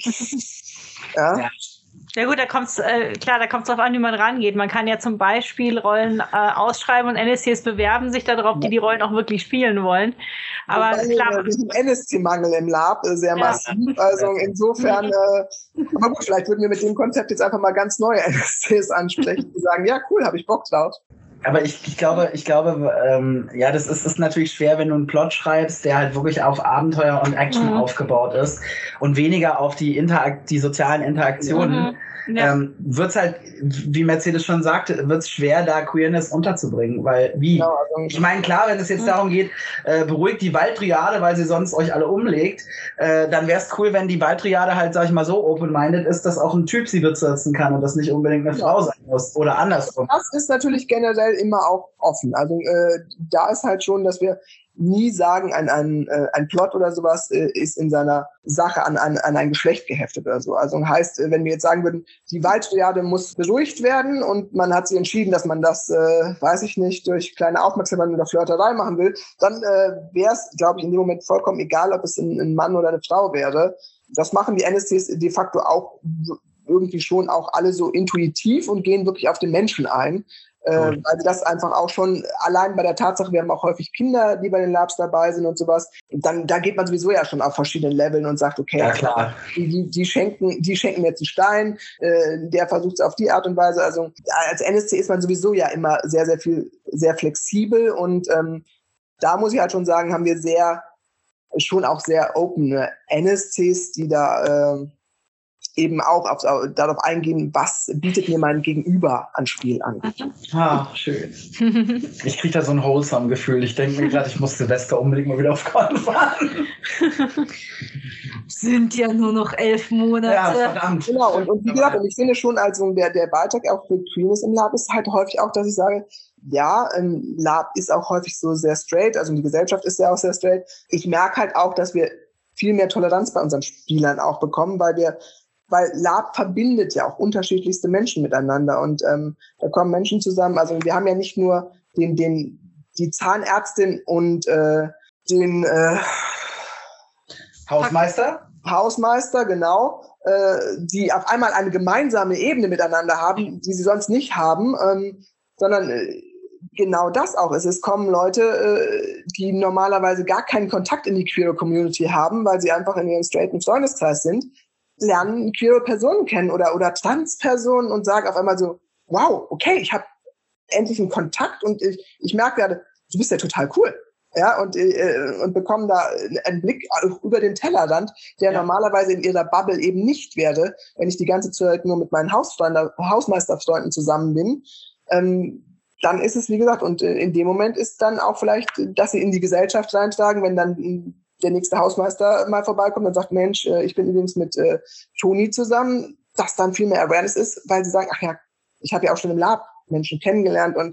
Ja. Ja gut, da kommt's drauf an, wie man rangeht. Man kann ja zum Beispiel Rollen ausschreiben und NSCs bewerben sich darauf, die Rollen auch wirklich spielen wollen. Aber klar, wir haben NSC-Mangel im Lab, sehr massiv. Also insofern, aber gut, vielleicht würden wir mit dem Konzept jetzt einfach mal ganz neue NSCs ansprechen, die sagen, ja cool, habe ich Bock drauf. Aber ich glaube, ja, das ist natürlich schwer, wenn du einen Plot schreibst, der halt wirklich auf Abenteuer und Action aufgebaut ist und weniger auf die sozialen Interaktionen. Wird's halt, wie Mercedes schon sagte, wird's schwer, da Queerness unterzubringen, weil Genau, ich meine, klar, wenn es jetzt darum geht, beruhigt die Waldtriade, weil sie sonst euch alle umlegt, dann wäre es cool, wenn die Waldtriade halt, sag ich mal, so open-minded ist, dass auch ein Typ sie bezirzen kann und das nicht unbedingt eine Frau sein muss oder andersrum. Das ist natürlich generell immer auch offen. Also da ist halt schon, dass wir nie sagen, ein Plot oder sowas ist in seiner Sache an ein Geschlecht geheftet oder so. Also heißt, wenn wir jetzt sagen würden, die Waldtriade muss beruhigt werden und man hat sich entschieden, dass man das, weiß ich nicht, durch kleine Aufmerksamkeit oder Flirterei machen will, dann wäre es, glaube ich, in dem Moment vollkommen egal, ob es ein Mann oder eine Frau wäre. Das machen die NSCs de facto auch irgendwie schon auch alle so intuitiv und gehen wirklich auf den Menschen ein. Weil sie das einfach auch schon allein bei der Tatsache, wir haben auch häufig Kinder, die bei den Labs dabei sind und sowas, dann da geht man sowieso ja schon auf verschiedenen Leveln und sagt, okay, ja, klar. Die schenken mir jetzt einen Stein, der versucht es auf die Art und Weise. Also als NSC ist man sowieso ja immer sehr, sehr viel, sehr flexibel und da muss ich halt schon sagen, haben wir schon auch sehr opene NSCs, die da eben auch darauf eingehen, was bietet mir mein Gegenüber an Spiel an. Ah, schön. Ich kriege da so ein wholesome Gefühl. Ich denke mir gerade, ich muss Silvester unbedingt mal wieder auf Con fahren. Sind ja nur noch 11 Monate. Ja, verdammt. Genau, und wie gesagt, ich finde schon, also der Beitrag auch für Queerness im Lab ist halt häufig auch, dass ich sage, ja, Lab ist auch häufig so sehr straight, also die Gesellschaft ist ja auch sehr straight. Ich merke halt auch, dass wir viel mehr Toleranz bei unseren Spielern auch bekommen, weil Lab verbindet ja auch unterschiedlichste Menschen miteinander und da kommen Menschen zusammen. Also wir haben ja nicht nur die Zahnärztin und den Hausmeister, genau, die auf einmal eine gemeinsame Ebene miteinander haben, die sie sonst nicht haben, sondern genau das auch ist. Es kommen Leute, die normalerweise gar keinen Kontakt in die queere Community haben, weil sie einfach in ihrem straighten Freundeskreis sind, lernen queere Personen kennen oder Transpersonen und sagen auf einmal so, wow, okay, ich habe endlich einen Kontakt und ich merke gerade, du bist ja total cool. Ja, und bekommen da einen Blick über den Tellerrand, der normalerweise in ihrer Bubble eben nicht wäre, wenn ich die ganze Zeit nur mit meinen Hausmeisterfreunden zusammen bin. Dann ist es, wie gesagt, und in dem Moment ist dann auch vielleicht, dass sie in die Gesellschaft reintragen, wenn dann der nächste Hausmeister mal vorbeikommt und sagt, Mensch, ich bin übrigens mit Toni zusammen, dass dann viel mehr Awareness ist, weil sie sagen, ach ja, ich habe ja auch schon im Lab Menschen kennengelernt und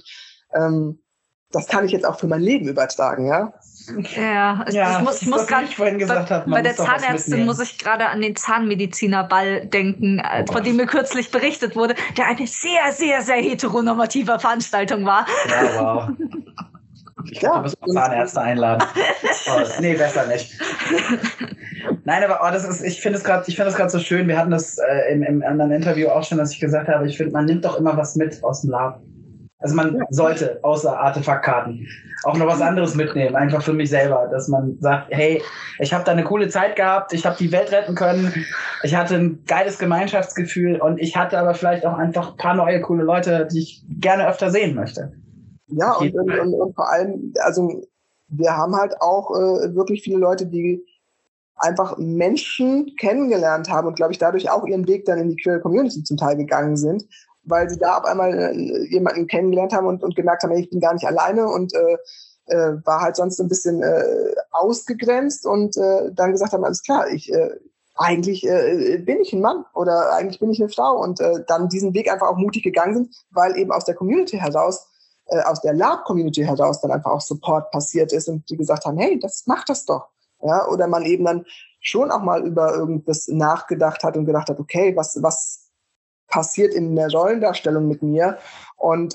das kann ich jetzt auch für mein Leben übertragen, ja. Ja, ich muss gerade bei der Zahnärztin muss ich gerade an den Zahnmedizinerball denken, von dem mir kürzlich berichtet wurde, der eine sehr, sehr, sehr heteronormative Veranstaltung war. Ja, wow. Ich glaube, du musst mal Zahnärzte einladen. Nee, besser nicht. Nein, aber ich finde es gerade so schön. Wir hatten das im anderen Interview auch schon, dass ich gesagt habe, ich finde, man nimmt doch immer was mit aus dem Lab. Also man sollte außer Artefaktkarten auch noch was anderes mitnehmen, einfach für mich selber, dass man sagt, hey, ich habe da eine coole Zeit gehabt, ich habe die Welt retten können, ich hatte ein geiles Gemeinschaftsgefühl und ich hatte aber vielleicht auch einfach ein paar neue coole Leute, die ich gerne öfter sehen möchte. Ja, und vor allem, also wir haben halt auch wirklich viele Leute, die einfach Menschen kennengelernt haben und, glaube ich, dadurch auch ihren Weg dann in die Queer Community zum Teil gegangen sind, weil sie da auf einmal jemanden kennengelernt haben und gemerkt haben, hey, ich bin gar nicht alleine und war halt sonst ein bisschen ausgegrenzt und dann gesagt haben, alles klar, eigentlich bin ich ein Mann oder eigentlich bin ich eine Frau und dann diesen Weg einfach auch mutig gegangen sind, weil eben aus der Community heraus, aus der Lab-Community heraus dann einfach auch Support passiert ist und die gesagt haben, hey, macht das doch. Ja, oder man eben dann schon auch mal über irgendwas nachgedacht hat und gedacht hat, okay, was passiert in der Rollendarstellung mit mir und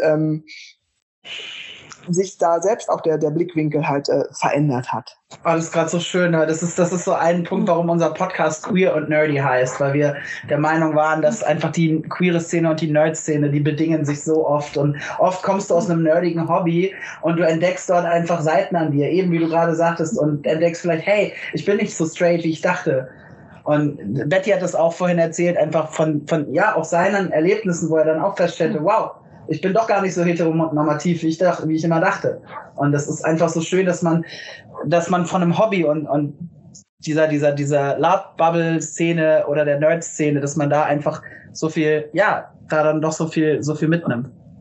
sich da selbst auch der Blickwinkel halt verändert hat. Oh, das ist gerade so schön. Ne? Das ist so ein Punkt, warum unser Podcast Queer und Nerdy heißt, weil wir der Meinung waren, dass einfach die queere Szene und die Nerd-Szene, die bedingen sich so oft und oft kommst du aus einem nerdigen Hobby und du entdeckst dort einfach Seiten an dir, eben wie du gerade sagtest und entdeckst vielleicht, hey, ich bin nicht so straight, wie ich dachte. Und Betty hat das auch vorhin erzählt, einfach von auch seinen Erlebnissen, wo er dann auch feststellte, wow, ich bin doch gar nicht so heteronormativ, wie ich immer dachte. Und das ist einfach so schön, dass man von einem Hobby und dieser Lab-Bubble-Szene oder der Nerd-Szene, dass man da einfach so viel, da dann doch so viel mitnimmt.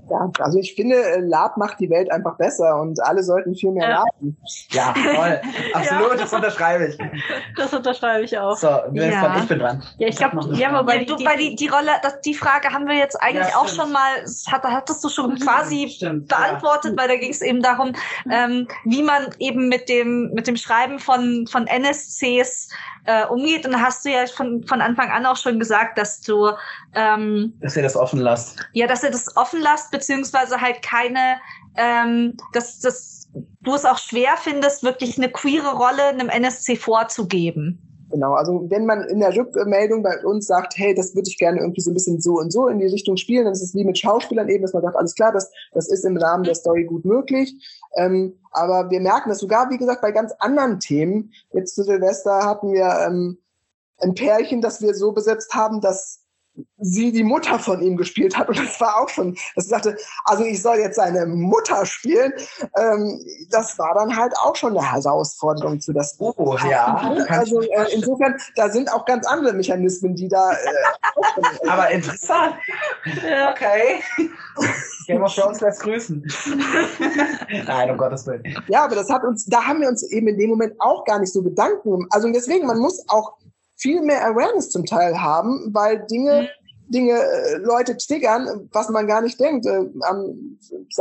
Ja, also ich finde, Lab macht die Welt einfach besser und alle sollten viel mehr laben. Ja, toll. Absolut, das unterschreibe ich. Das unterschreibe ich auch. So, ich bin dran. Ja, ich glaube, die Rolle, die Frage haben wir jetzt eigentlich auch schon mal, hattest du schon quasi beantwortet, weil da ging es eben darum, wie man eben mit dem Schreiben von NSCs umgeht. Und da hast du ja von Anfang an auch schon gesagt, dass du dass ihr das offen lasst. Ja, dass ihr das offen lasst, beziehungsweise halt keine, dass du es auch schwer findest, wirklich eine queere Rolle einem NSC vorzugeben. Genau, also wenn man in der Rückmeldung bei uns sagt, hey, das würde ich gerne irgendwie so ein bisschen so und so in die Richtung spielen, dann ist es wie mit Schauspielern eben, dass man sagt, alles klar, das ist im Rahmen der Story gut möglich. Aber wir merken das sogar, wie gesagt, bei ganz anderen Themen. Jetzt zu Silvester hatten wir ein Pärchen, das wir so besetzt haben, dass sie die Mutter von ihm gespielt hat. Und das war auch schon, dass sie sagte, also ich soll jetzt seine Mutter spielen. Das war dann halt auch schon eine Herausforderung für das. Oh, ja. Also insofern, da sind auch ganz andere Mechanismen, die da. Aber interessant. Okay. Game of Thrones lässt grüßen. Nein, um Gottes Willen. Ja, aber da haben wir uns eben in dem Moment auch gar nicht so Gedanken. Also deswegen, man muss auch viel mehr Awareness zum Teil haben, weil Dinge Leute triggern, was man gar nicht denkt. Am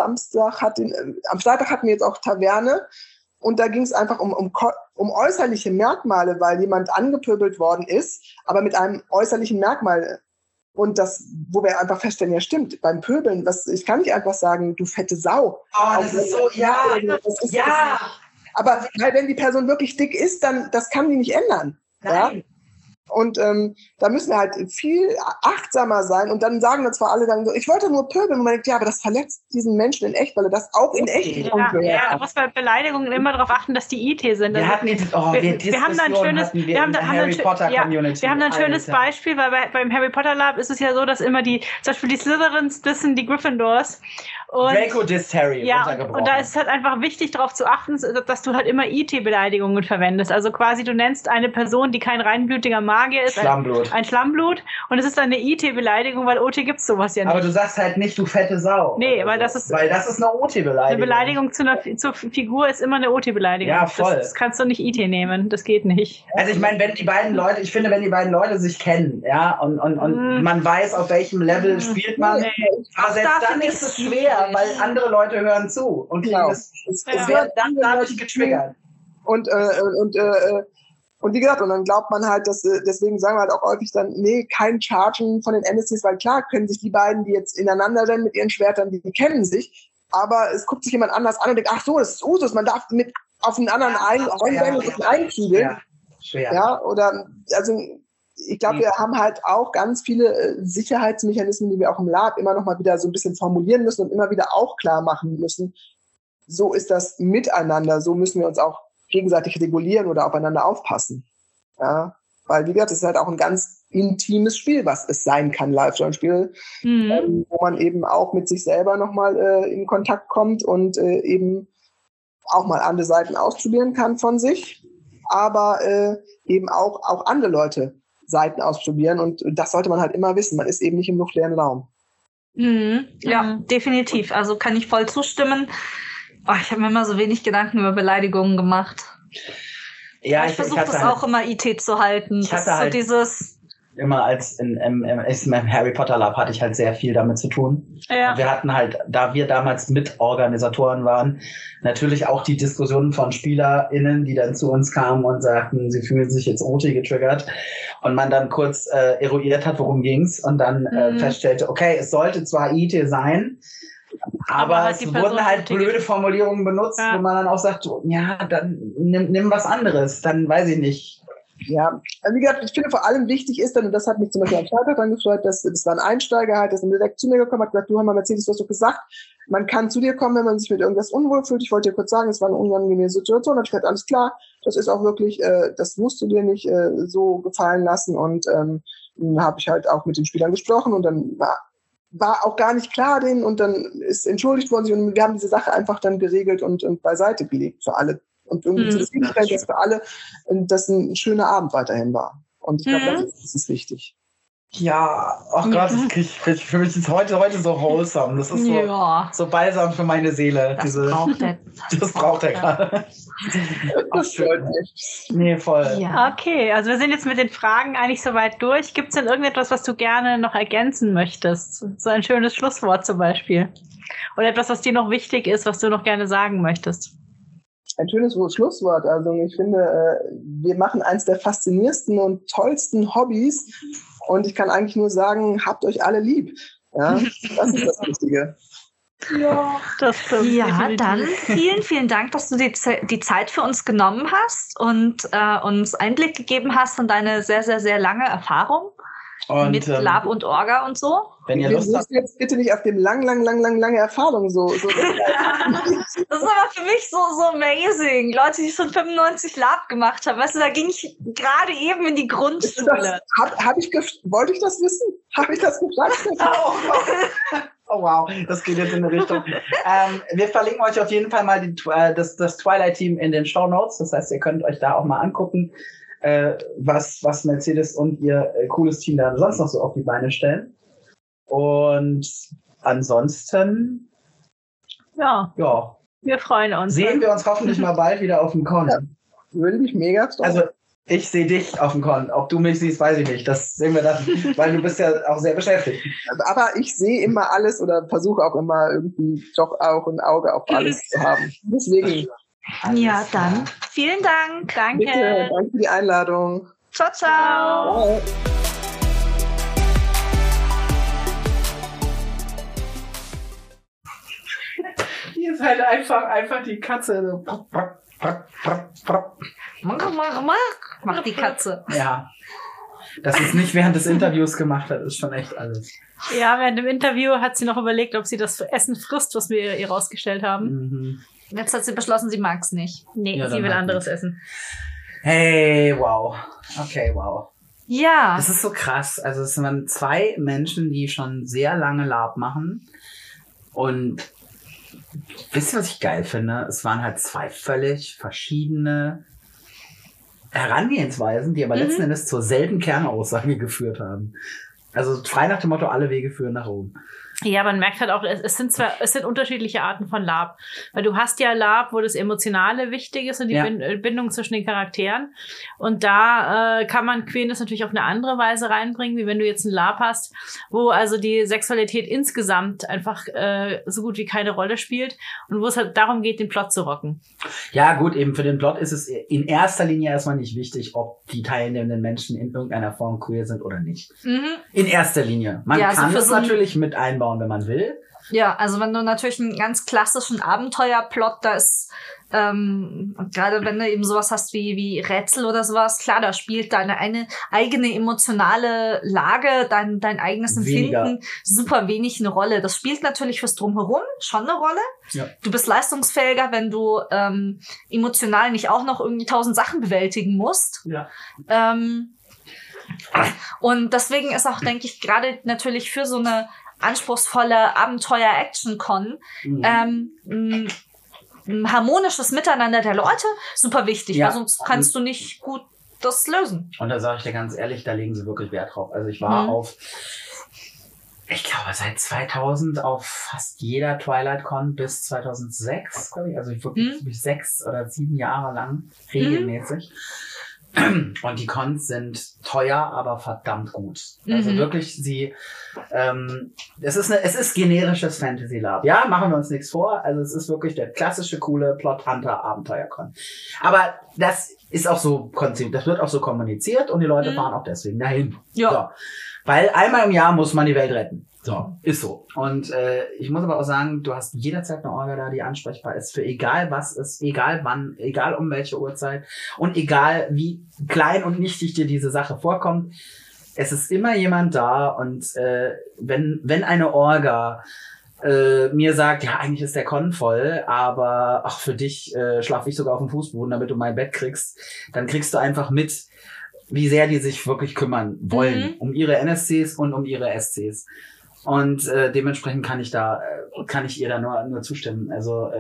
Freitag hatten wir jetzt auch Taverne und da ging es einfach um äußerliche Merkmale, weil jemand angepöbelt worden ist, aber mit einem äußerlichen Merkmal. Und das, wo wir einfach feststellen, ja stimmt, beim Pöbeln, ich kann nicht einfach sagen, du fette Sau. Oh, das ist so, ja. Aber wenn die Person wirklich dick ist, dann, das kann die nicht ändern. Nein. Ja? Und da müssen wir halt viel achtsamer sein. Und dann sagen dann zwar alle dann so, ich wollte nur pöbeln. Und man denkt, ja, aber das verletzt diesen Menschen in echt, weil er das auch in echt tut. Ja, da muss man bei Beleidigungen immer darauf achten, dass die IT sind. Wir hatten jetzt, wir haben da ein schönes, wir haben ein schönes Beispiel, weil beim Harry Potter Lab ist es ja so, dass immer zum Beispiel die Slytherins dissen die Gryffindors. Und Draco disst Harry, und da ist es halt einfach wichtig, darauf zu achten, dass du halt immer IT-Beleidigungen verwendest. Also quasi, du nennst eine Person, die kein reinblütiger Magier ist, ein Schlammblut. Und es ist eine IT-Beleidigung, weil OT gibt's sowas ja nicht. Aber du sagst halt nicht, du fette Sau. Nee, weil das ist eine OT-Beleidigung. Eine Beleidigung zur Figur ist immer eine OT-Beleidigung. Ja, voll. Das kannst du nicht IT nehmen, das geht nicht. Also ich meine, wenn die beiden Leute sich kennen, ja, und man weiß, auf welchem Level spielt man, aber selbst dann ist es schwer, weil andere Leute hören zu und es wird dann dadurch getriggert. Und wie gesagt, und dann glaubt man halt, dass deswegen sagen wir halt auch häufig dann, nee, kein Chargen von den NSCs, weil klar können sich die beiden, die jetzt ineinander rennen mit ihren Schwertern, die kennen sich, aber es guckt sich jemand anders an und denkt, ach so, das ist Usus, man darf mit auf einen anderen einzügeln. Ja, oder, also ich glaube, wir haben halt auch ganz viele Sicherheitsmechanismen, die wir auch im Lab immer noch mal wieder so ein bisschen formulieren müssen und immer wieder auch klar machen müssen. So ist das miteinander, so müssen wir uns auch gegenseitig regulieren oder aufeinander aufpassen. Ja, weil, wie gesagt, es ist halt auch ein ganz intimes Spiel, was es sein kann, Live-Rollenspiel, wo man eben auch mit sich selber nochmal in Kontakt kommt und eben auch mal andere Seiten ausprobieren kann von sich, aber eben auch andere Leute Seiten ausprobieren und das sollte man halt immer wissen. Man ist eben nicht im luftleeren Raum. Ja, definitiv. Also kann ich voll zustimmen. Oh, ich habe mir immer so wenig Gedanken über Beleidigungen gemacht. Ja, ich versuche das auch immer IT zu halten. Ich hatte halt so dieses immer im Harry Potter Lab hatte ich halt sehr viel damit zu tun. Ja. Und wir hatten halt, da wir damals Mitorganisatoren waren, natürlich auch die Diskussionen von SpielerInnen, die dann zu uns kamen und sagten, sie fühlen sich jetzt OT getriggert und man dann kurz eruiert hat, worum ging's und dann feststellte, okay, es sollte zwar IT sein, aber es wurden halt blöde Formulierungen benutzt, wo man dann auch sagt, ja, dann nimm was anderes, dann weiß ich nicht. Ja, wie gesagt, ich finde vor allem wichtig ist dann, und das hat mich zum Beispiel am Freitag dann gefreut, das war ein Einsteiger halt, der ist direkt zu mir gekommen, hat gesagt, du, Mercedes, du hast doch gesagt, man kann zu dir kommen, wenn man sich mit irgendwas unwohl fühlt. Ich wollte dir kurz sagen, es war eine unangenehme Situation. Da habe ich gesagt, alles klar, das ist auch wirklich, das musst du dir nicht so gefallen lassen. Und dann habe ich halt auch mit den Spielern gesprochen und dann war auch gar nicht klar denen und dann ist entschuldigt worden und wir haben diese Sache einfach dann geregelt und beiseite gelegt für alle. Und irgendwie zufriedenstellend, dass für alle das ein schöner Abend weiterhin war. Und ich glaube, das ist wichtig. Ja, ach Gott, für mich ist heute so wholesome. Das ist so balsam für meine Seele. Das braucht er. Das braucht er gerade. Das freut mich. Nee, voll. Ja. Okay, also wir sind jetzt mit den Fragen eigentlich soweit durch. Gibt es denn irgendetwas, was du gerne noch ergänzen möchtest? So ein schönes Schlusswort zum Beispiel. Oder etwas, was dir noch wichtig ist, was du noch gerne sagen möchtest? Ein schönes Schlusswort. Also ich finde, wir machen eins der faszinierendsten und tollsten Hobbys. Und ich kann eigentlich nur sagen, habt euch alle lieb. Ja, das ist das Wichtige. Ja, das stimmt. Ja, dann vielen Dank, dass du die Zeit für uns genommen hast und uns Einblick gegeben hast in deine sehr, sehr, sehr lange Erfahrung mit Lab und Orga und so. Wenn ihr Lust habt, jetzt bitte nicht auf dem lange Erfahrung so. Das ist aber für mich so amazing. Leute, die schon 95 Lab gemacht haben. Weißt du, da ging ich gerade eben in die Grundschule. Wollte ich das wissen? Habe ich das gefragt? Oh wow, das geht jetzt in eine Richtung. Wir verlinken euch auf jeden Fall mal das Twilight-Team in den Shownotes. Das heißt, ihr könnt euch da auch mal angucken, was Mercedes und ihr cooles Team da sonst noch so auf die Beine stellen. Und ansonsten, ja, wir freuen uns. Sehen wir uns hoffentlich mal bald wieder auf dem Con. Ja, würde mich mega freuen. Also ich sehe dich auf dem Con. Ob du mich siehst, weiß ich nicht. Das sehen wir dann, weil du bist ja auch sehr beschäftigt. Aber ich sehe immer alles oder versuche auch immer irgendwie doch auch ein Auge auf alles zu haben. Deswegen. Ja, dann vielen Dank. Danke. Bitte, danke für die Einladung. Ciao, ciao. Ciao. Hier ist halt einfach die Katze. Macht die Katze. Ja. Dass es nicht während des Interviews gemacht hat, ist schon echt alles. Ja, während dem Interview hat sie noch überlegt, ob sie das Essen frisst, was wir ihr rausgestellt haben. Jetzt hat sie beschlossen, sie mag es nicht. Nee, Ja, sie will anderes essen. Hey, wow. Okay, wow. Ja. Das ist so krass. Also es waren 2 Menschen, die schon sehr lange Lab machen. Und wisst ihr, was ich geil finde? Es waren halt 2 völlig verschiedene Herangehensweisen, die aber letzten Endes zur selben Kernaussage geführt haben. Also frei nach dem Motto, alle Wege führen nach Rom. Ja, man merkt halt auch, es sind unterschiedliche Arten von Lab. Weil du hast ja Lab, wo das Emotionale wichtig ist und die Bindung zwischen den Charakteren. Und da kann man Queerness natürlich auf eine andere Weise reinbringen, wie wenn du jetzt ein Lab hast, wo also die Sexualität insgesamt einfach so gut wie keine Rolle spielt und wo es halt darum geht, den Plot zu rocken. Ja gut, eben für den Plot ist es in erster Linie erstmal nicht wichtig, ob die teilnehmenden Menschen in irgendeiner Form queer sind oder nicht. In erster Linie. Man kann es natürlich mit einbauen, wenn man will. Ja, also wenn du natürlich einen ganz klassischen Abenteuerplot, da ist gerade wenn du eben sowas hast wie Rätsel oder sowas, klar, da spielt deine eine eigene emotionale Lage, dein eigenes Empfinden super wenig eine Rolle. Das spielt natürlich fürs Drumherum schon eine Rolle. Ja. Du bist leistungsfähiger, wenn du emotional nicht auch noch irgendwie 1000 Sachen bewältigen musst. Ja. Und deswegen ist auch, denke ich, gerade natürlich für so eine anspruchsvolle Abenteuer-Action-Con harmonisches Miteinander der Leute super wichtig, weil sonst kannst du nicht gut das lösen. Und da sage ich dir ganz ehrlich, da legen sie wirklich Wert drauf. Also ich war ich glaube, seit 2000 auf fast jeder TwilightCon bis 2006, glaube ich. Also wirklich 6 oder 7 Jahre lang regelmäßig. Und die Cons sind teuer, aber verdammt gut. Also wirklich, es ist generisches Fantasy Lab. Ja, machen wir uns nichts vor. Also es ist wirklich der klassische, coole Plot Hunter Abenteuer-Con. Aber das ist auch so konzipiert, das wird auch so kommuniziert und die Leute fahren auch deswegen dahin. Ja. So. Weil einmal im Jahr muss man die Welt retten. So, ist so. Und ich muss aber auch sagen, du hast jederzeit eine Orga da, die ansprechbar ist für egal was ist, egal wann, egal um welche Uhrzeit und egal wie klein und nichtig dir diese Sache vorkommt. Es ist immer jemand da und wenn eine Orga mir sagt, ja, eigentlich ist der Con voll, aber ach, für dich schlafe ich sogar auf dem Fußboden, damit du mein Bett kriegst, dann kriegst du einfach mit, wie sehr die sich wirklich kümmern wollen um ihre NSCs und um ihre SCs. Und dementsprechend kann ich ihr da nur zustimmen. Also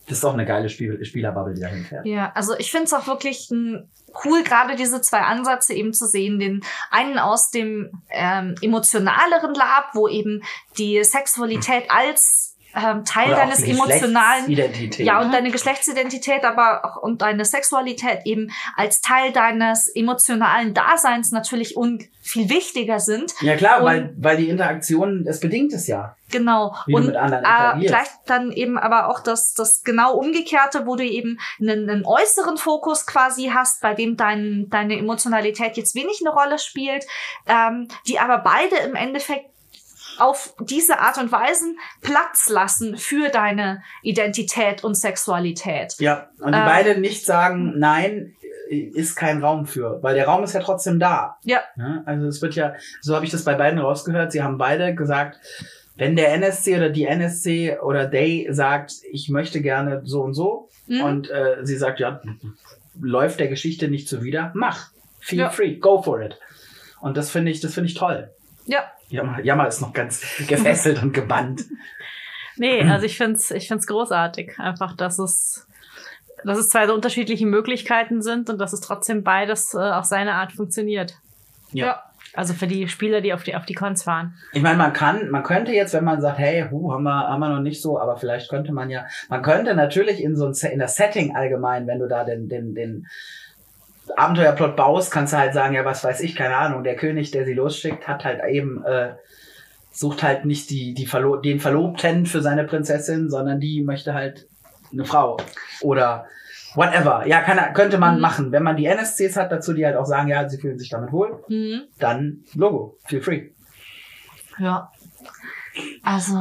Das ist auch eine geile Spielerbubble, die da hinfährt. Ja, also ich finde es auch wirklich cool, gerade diese zwei Ansätze eben zu sehen. Den einen aus dem emotionaleren Lab, wo eben die Sexualität als Teil Oder deines emotionalen, Identität. ja, und deine Geschlechtsidentität, aber auch und deine Sexualität eben als Teil deines emotionalen Daseins natürlich viel wichtiger sind. Ja klar, Und- weil die Interaktion, es bedingt es ja. Genau. Wie du Und mit anderen interagierst. gleich dann eben aber auch das genau Umgekehrte, wo du eben einen äußeren Fokus quasi hast, bei dem deine Emotionalität jetzt wenig eine Rolle spielt, die aber beide im Endeffekt auf diese Art und Weise Platz lassen für deine Identität und Sexualität. Ja, und die beide nicht sagen, nein, ist kein Raum für, weil der Raum ist ja trotzdem da. Ja. Also es wird ja, so habe ich das bei beiden rausgehört, sie haben beide gesagt, wenn der NSC oder die NSC oder Day sagt, ich möchte gerne so und so, und sie sagt, ja, läuft der Geschichte nicht zuwider, mach, feel free, go for it. Und das finde ich toll. Ja. Jammer ist noch ganz gefesselt und gebannt. Nee, also ich find's großartig. Einfach, dass es zwei so unterschiedliche Möglichkeiten sind und dass es trotzdem beides auf seine Art funktioniert. Ja. Also für die Spieler, die auf die Cons fahren. Ich meine, man könnte jetzt, wenn man sagt, hey, haben wir noch nicht so, aber vielleicht könnte man könnte natürlich in das Setting allgemein, wenn du da den Abenteuerplot baust, kannst du halt sagen, ja, was weiß ich, keine Ahnung, der König, der sie losschickt, hat halt eben, sucht halt nicht den Verlobten für seine Prinzessin, sondern die möchte halt eine Frau oder whatever. Ja, könnte man machen. Wenn man die NSCs hat dazu, die halt auch sagen, ja, sie fühlen sich damit wohl, dann Logo, feel free. Ja. Also.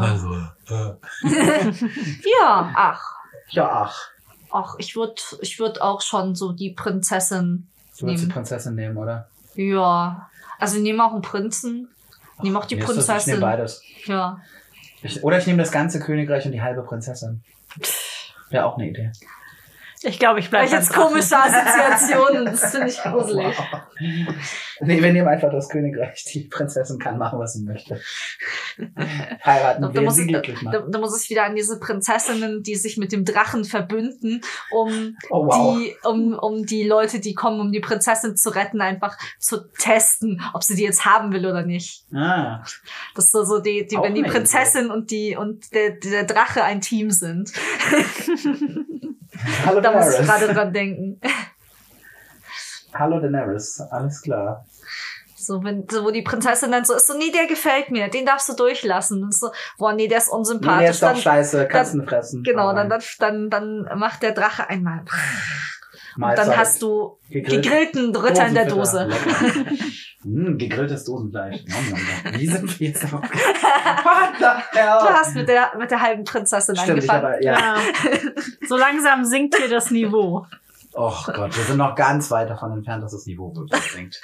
Ja, Ach, ich würd auch schon so die Prinzessin Du würdest die nehmen. Prinzessin nehmen, oder? Ja. Also ich nehme auch einen Prinzen. Ich nehme auch die Ich Prinzessin. nehme beides. Ja. Ich nehme das ganze Königreich und die halbe Prinzessin. Wäre auch eine Idee. Ich glaube, ich bleibe Weil ich jetzt komische Assoziationen, das finde ich gruselig. Nee, wir nehmen einfach das Königreich. Die Prinzessin kann machen, was sie möchte. Heiraten, wer sie glücklich macht. Da muss ich wieder an diese Prinzessinnen, die sich mit dem Drachen verbünden, um die Leute, die kommen, um die Prinzessin zu retten, einfach zu testen, ob sie die jetzt haben will oder nicht. Ah, Das ist so die Auch wenn die eine Prinzessin und der Drache ein Team sind. hallo Da muss ich Daenerys. gerade dran denken. Hallo Daenerys, alles klar. So, wo die Prinzessin dann so ist, so, nee, der gefällt mir, den darfst du durchlassen. Und so, boah, nee, der ist unsympathisch. Nee, der ist doch Dann- scheiße, Katzen fressen. Genau, Aber dann macht der Drache einmal. Und Mahlzeit. dann hast du gegrillten Ritter in der Dose. Lecker. Gegrilltes Dosenfleisch. Nom, nom, nom. Wie sind wir jetzt drauf? What the hell? Du hast mit der halben Prinzessin Stimmt, angefangen. Ja. So langsam sinkt hier das Niveau. Och Gott, wir sind noch ganz weit davon entfernt, dass das Niveau wirklich sinkt.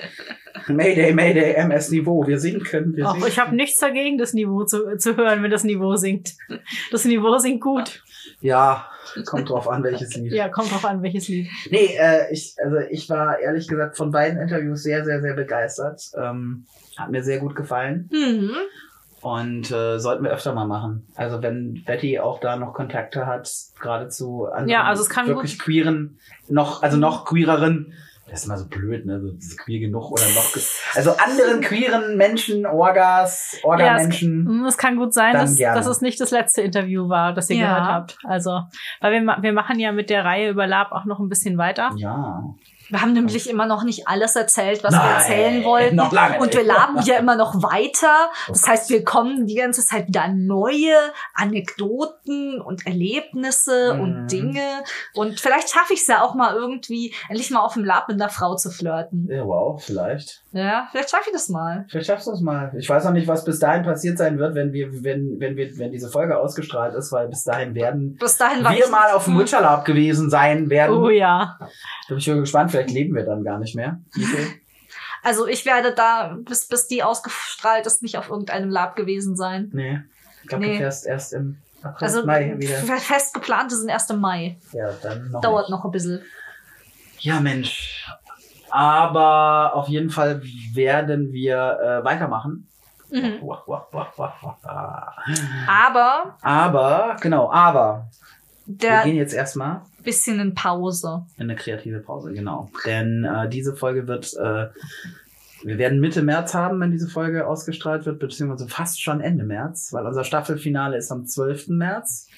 Mayday, Mayday, MS-Niveau. Wir sinken, wir Auch sinken. ich habe nichts dagegen, das Niveau zu hören, wenn das Niveau sinkt. Das Niveau sinkt gut. Ja, kommt drauf an, welches Lied. Ja, kommt drauf an, welches Lied. Nee, ich war ehrlich gesagt von beiden Interviews sehr, sehr, sehr begeistert. Hat mir sehr gut gefallen. Mhm. Und sollten wir öfter mal machen. Also wenn Betty auch da noch Kontakte hat, gerade zu anderen Ja, also es kann wirklich queeren, noch queereren, das ist immer so blöd, ne? So, das ist queer genug oder noch also anderen queeren Menschen, Orga-Menschen. Es kann gut sein, Dann gerne. dass es nicht das letzte Interview war, das ihr Ja. gehört habt. Also, weil wir machen ja mit der Reihe über Lab auch noch ein bisschen weiter. Ja. Wir haben nämlich immer noch nicht alles erzählt, was wir Nein, erzählen wollten. noch lange Und wir nicht. laben ja immer noch weiter. Das heißt, wir kommen die ganze Zeit wieder an neue Anekdoten und Erlebnisse und Dinge. Und vielleicht schaffe ich es ja auch mal irgendwie, endlich mal auf dem Lab mit einer Frau zu flirten. Ja, wow, vielleicht. Ja, vielleicht schaffe ich das mal. Vielleicht schaffst du es mal. Ich weiß noch nicht, was bis dahin passiert sein wird, wenn diese Folge ausgestrahlt ist, weil bis dahin werden Bis dahin war wir ich mal auf dem Witcher Lab gewesen sein werden. Oh ja. Da bin ich schon gespannt, vielleicht leben wir dann gar nicht mehr. Also ich werde da, bis die ausgestrahlt ist, nicht auf irgendeinem Lab gewesen sein. Nee. Ich glaube, Nee. du fährst erst im April, Also Mai wieder. fest geplant ist erst im Mai. Ja, dann noch Dauert nicht. noch ein bisschen. Ja, Mensch. Aber auf jeden Fall werden wir weitermachen. Mhm. Wah, wah, wah, wah, wah. Aber Aber wir gehen jetzt erstmal bisschen in Pause. In eine kreative Pause, genau. Denn diese Folge wird, wir werden Mitte März haben, wenn diese Folge ausgestrahlt wird, beziehungsweise fast schon Ende März, weil unser Staffelfinale ist am 12. März.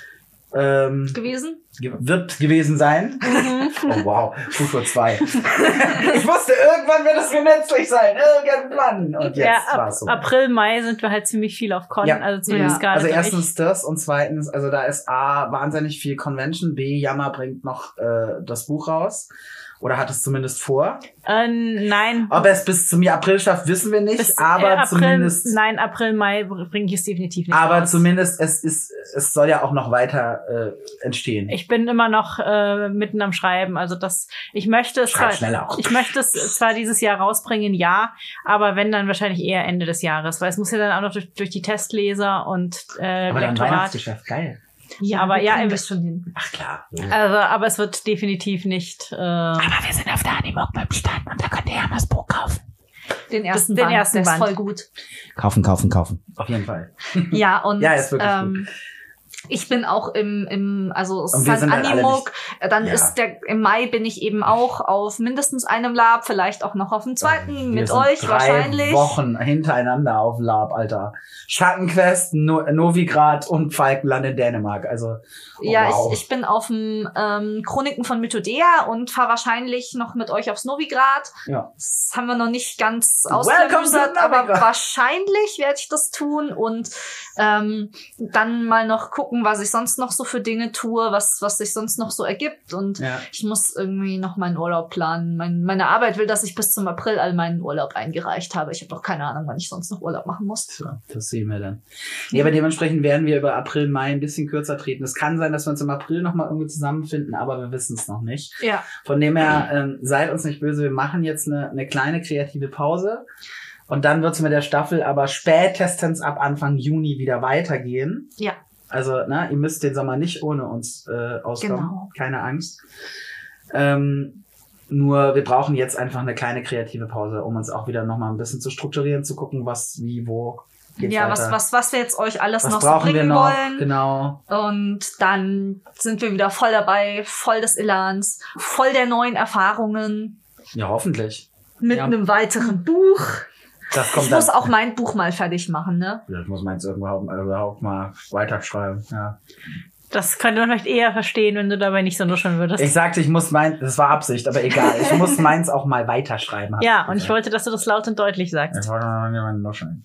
Gewesen? Wird gewesen sein. Oh wow, Futur 2. Ich wusste, irgendwann wird es mir nützlich sein. Irgendwann. Und jetzt war es so. April, Mai sind wir halt ziemlich viel auf Con. Ja. Also zumindest gerade. Also erstens das und zweitens, also da ist A, wahnsinnig viel Convention. B, Yama bringt noch das Buch raus. Oder hat es zumindest vor? Nein. Ob er es bis zum April schafft, wissen wir nicht. Aber April, zumindest. Nein, April, Mai bringe ich es definitiv nicht aber raus. Zumindest es soll ja auch noch weiter entstehen. Ich bin immer noch mitten am Schreiben. Also ich möchte es zwar dieses Jahr rausbringen, ja, aber wenn dann wahrscheinlich eher Ende des Jahres, weil es muss ja dann auch noch durch die Testleser und aber dann Weihnachtsgeschäft, geil. Ja, aber ja, wir schon hin. Ach klar. Also, aber es wird definitiv nicht. Aber wir sind auf der Animog beim Stand und da könnt ihr ja mal das Buch kaufen. Den ersten Band, der ist voll gut. Kaufen. Auf jeden Fall. Ja, und ja, ist wirklich gut. Ich bin auch also es und ist wir ein sind Animog, dann ja. ist im Mai bin ich eben auch auf mindestens einem Lab, vielleicht auch noch auf dem zweiten mit euch wahrscheinlich. 3 Wochen hintereinander auf Lab, Alter. Schattenquest, Novigrad und Falkenland in Dänemark, also ja, wow. ich bin auf dem Chroniken von Mythodea und fahre wahrscheinlich noch mit euch aufs Novigrad. Ja. Das haben wir noch nicht ganz ausgeklüstert, aber wahrscheinlich werde ich das tun und dann mal noch gucken, was ich sonst noch so für Dinge tue, was sich sonst noch so ergibt. Und ich muss irgendwie noch meinen Urlaub planen. Meine Arbeit will, dass ich bis zum April all meinen Urlaub eingereicht habe. Ich habe doch keine Ahnung, wann ich sonst noch Urlaub machen muss. So, das sehen wir dann. Nee, aber dementsprechend werden wir über April, Mai ein bisschen kürzer treten. Es kann sein, dass wir uns im April nochmal irgendwie zusammenfinden, aber wir wissen es noch nicht. Ja. Von dem her, seid uns nicht böse. Wir machen jetzt eine kleine kreative Pause. Und dann wird es mit der Staffel aber spätestens ab Anfang Juni wieder weitergehen. Ja. Also, ihr müsst den Sommer nicht ohne uns auskommen. Genau. Keine Angst. Nur wir brauchen jetzt einfach eine kleine kreative Pause, um uns auch wieder nochmal ein bisschen zu strukturieren, zu gucken, was, wie, wo geht's weiter. Was wir jetzt euch alles was noch so bringen wollen. Genau. Und dann sind wir wieder voll dabei, voll des Elans, voll der neuen Erfahrungen. Ja, hoffentlich. Mit einem weiteren Buch. Ich muss auch mein Buch mal fertig machen, ne? Ich muss meins überhaupt mal weiterschreiben, ja. Das könnte man vielleicht eher verstehen, wenn du dabei nicht so nuscheln würdest. Ich sagte, das war Absicht, aber egal. Ich muss meins auch mal weiterschreiben. Ja, und ich wollte, dass du das laut und deutlich sagst. Ich wollte noch niemanden nuscheln.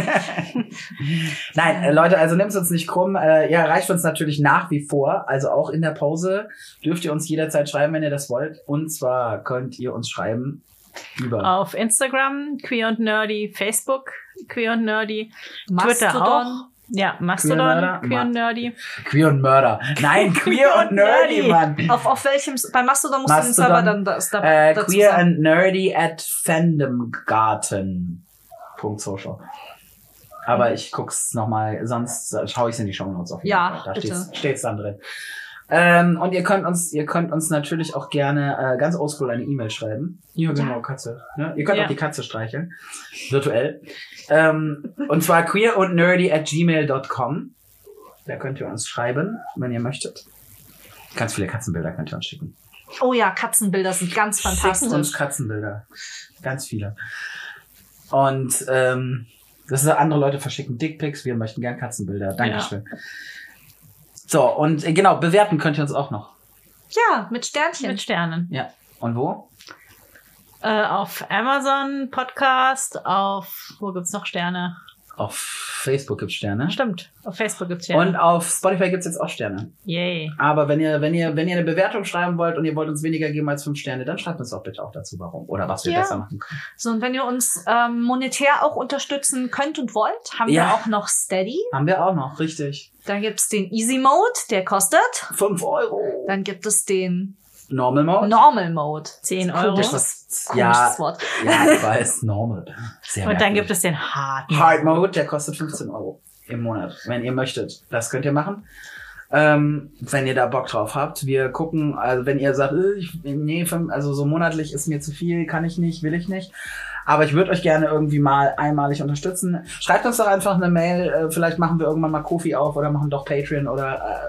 Nein, Leute, also nehmt es uns nicht krumm. Ihr erreicht uns natürlich nach wie vor. Also auch in der Pause dürft ihr uns jederzeit schreiben, wenn ihr das wollt. Und zwar könnt ihr uns schreiben auf Instagram, Queer und Nerdy, Facebook, Queer und Nerdy, Mastodon. Twitter auch. Ja, Mastodon, Queer und Nerdy. Queer und Mörder. Nein, Queer und Nerdy, Mann. Auf welchem, bei Mastodon musst du den Server dann dazu Queer and Nerdy at fandomgarten.social. Aber ich guck's nochmal, sonst schaue ich es in die Shownotes auf jeden Fall. Da steht's dann drin. Und ihr könnt uns natürlich auch gerne ganz oldschool eine E-Mail schreiben. Ja, genau, Katze. Ne? Ihr könnt auch die Katze streicheln. Virtuell. Und zwar queerundnerdy@gmail.com. Da könnt ihr uns schreiben, wenn ihr möchtet. Ganz viele Katzenbilder könnt ihr uns schicken. Oh ja, Katzenbilder sind ganz fantastisch. Schicken uns Katzenbilder. Ganz viele. Und das ist andere Leute verschicken Dickpics, wir möchten gern Katzenbilder. Dankeschön. Ja. So, und genau, bewerten könnt ihr uns auch noch. Ja, mit Sternchen. Mit Sternen. Ja. Und wo? Auf Amazon Podcast, wo gibt's noch Sterne? Auf Facebook gibt's Sterne. Stimmt, auf Facebook gibt's Sterne. Und auf Spotify gibt's jetzt auch Sterne. Yay. Aber wenn ihr eine Bewertung schreiben wollt und ihr wollt uns weniger geben als 5 Sterne, dann schreibt uns doch bitte auch dazu, warum oder was wir besser machen können. So, und wenn ihr uns monetär auch unterstützen könnt und wollt, haben wir auch noch Steady. Haben wir auch noch, richtig. Dann gibt's den Easy Mode, der kostet 5 Euro. Dann gibt es den Normal Mode. 10 Euro. Komisches Wort. Ja, ich weiß, Normal. Sehr und dann gibt es den Hard Mode, der kostet 15 Euro im Monat, wenn ihr möchtet. Das könnt ihr machen. Wenn ihr da Bock drauf habt. Wir gucken, also wenn ihr sagt, also so monatlich ist mir zu viel, kann ich nicht, will ich nicht. Aber ich würde euch gerne irgendwie mal einmalig unterstützen. Schreibt uns doch einfach eine Mail, vielleicht machen wir irgendwann mal Ko-fi auf oder machen doch Patreon oder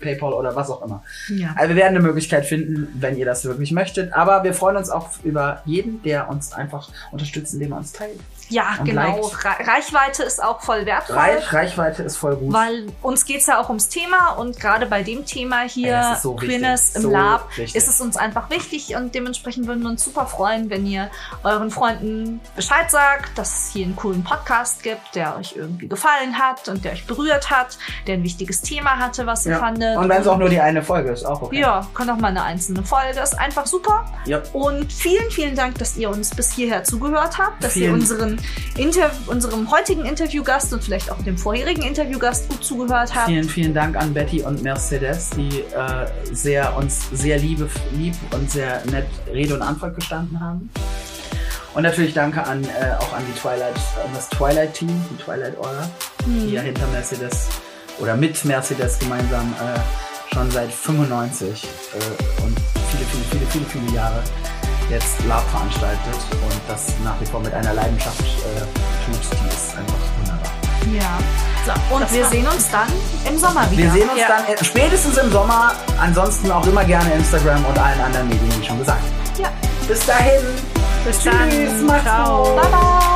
PayPal oder was auch immer. Ja. Also wir werden eine Möglichkeit finden, wenn ihr das wirklich möchtet. Aber wir freuen uns auch über jeden, der uns einfach unterstützt, indem er uns teilt. Ja, und genau. Reichweite ist auch voll wertvoll. Reichweite ist voll gut. Weil uns geht es ja auch ums Thema und gerade bei dem Thema hier, so Queerness im so Lab, wichtig. ist es uns einfach wichtig und dementsprechend würden wir uns super freuen, wenn ihr euren Freunden Bescheid sagt, dass es hier einen coolen Podcast gibt, der euch irgendwie gefallen hat und der euch berührt hat, der ein wichtiges Thema hatte, was ihr fandet. Und wenn es auch nur die eine Folge ist, auch okay. Ja, kann auch mal eine einzelne Folge, ist einfach super. Ja. Und vielen, vielen Dank, dass ihr uns bis hierher zugehört habt, dass ihr unserem heutigen Interviewgast und vielleicht auch dem vorherigen Interviewgast gut zugehört habt. Vielen, vielen Dank an Betty und Mercedes, die uns sehr lieb und sehr nett Rede und Antwort gestanden haben. Und natürlich danke auch an das Twilight-Team, die Twilight-Orga, die ja hinter Mercedes oder mit Mercedes gemeinsam schon seit 95 und viele Jahre jetzt Lab veranstaltet und das nach wie vor mit einer Leidenschaft tut, die ist einfach wunderbar. Ja. So, und wir sehen uns dann im Sommer wieder. Wir sehen uns dann spätestens im Sommer, ansonsten auch immer gerne Instagram und allen anderen Medien, wie schon gesagt. Ja. Bis dahin. Bis Tschüss, dann. macht's Ciao. gut. Bye bye.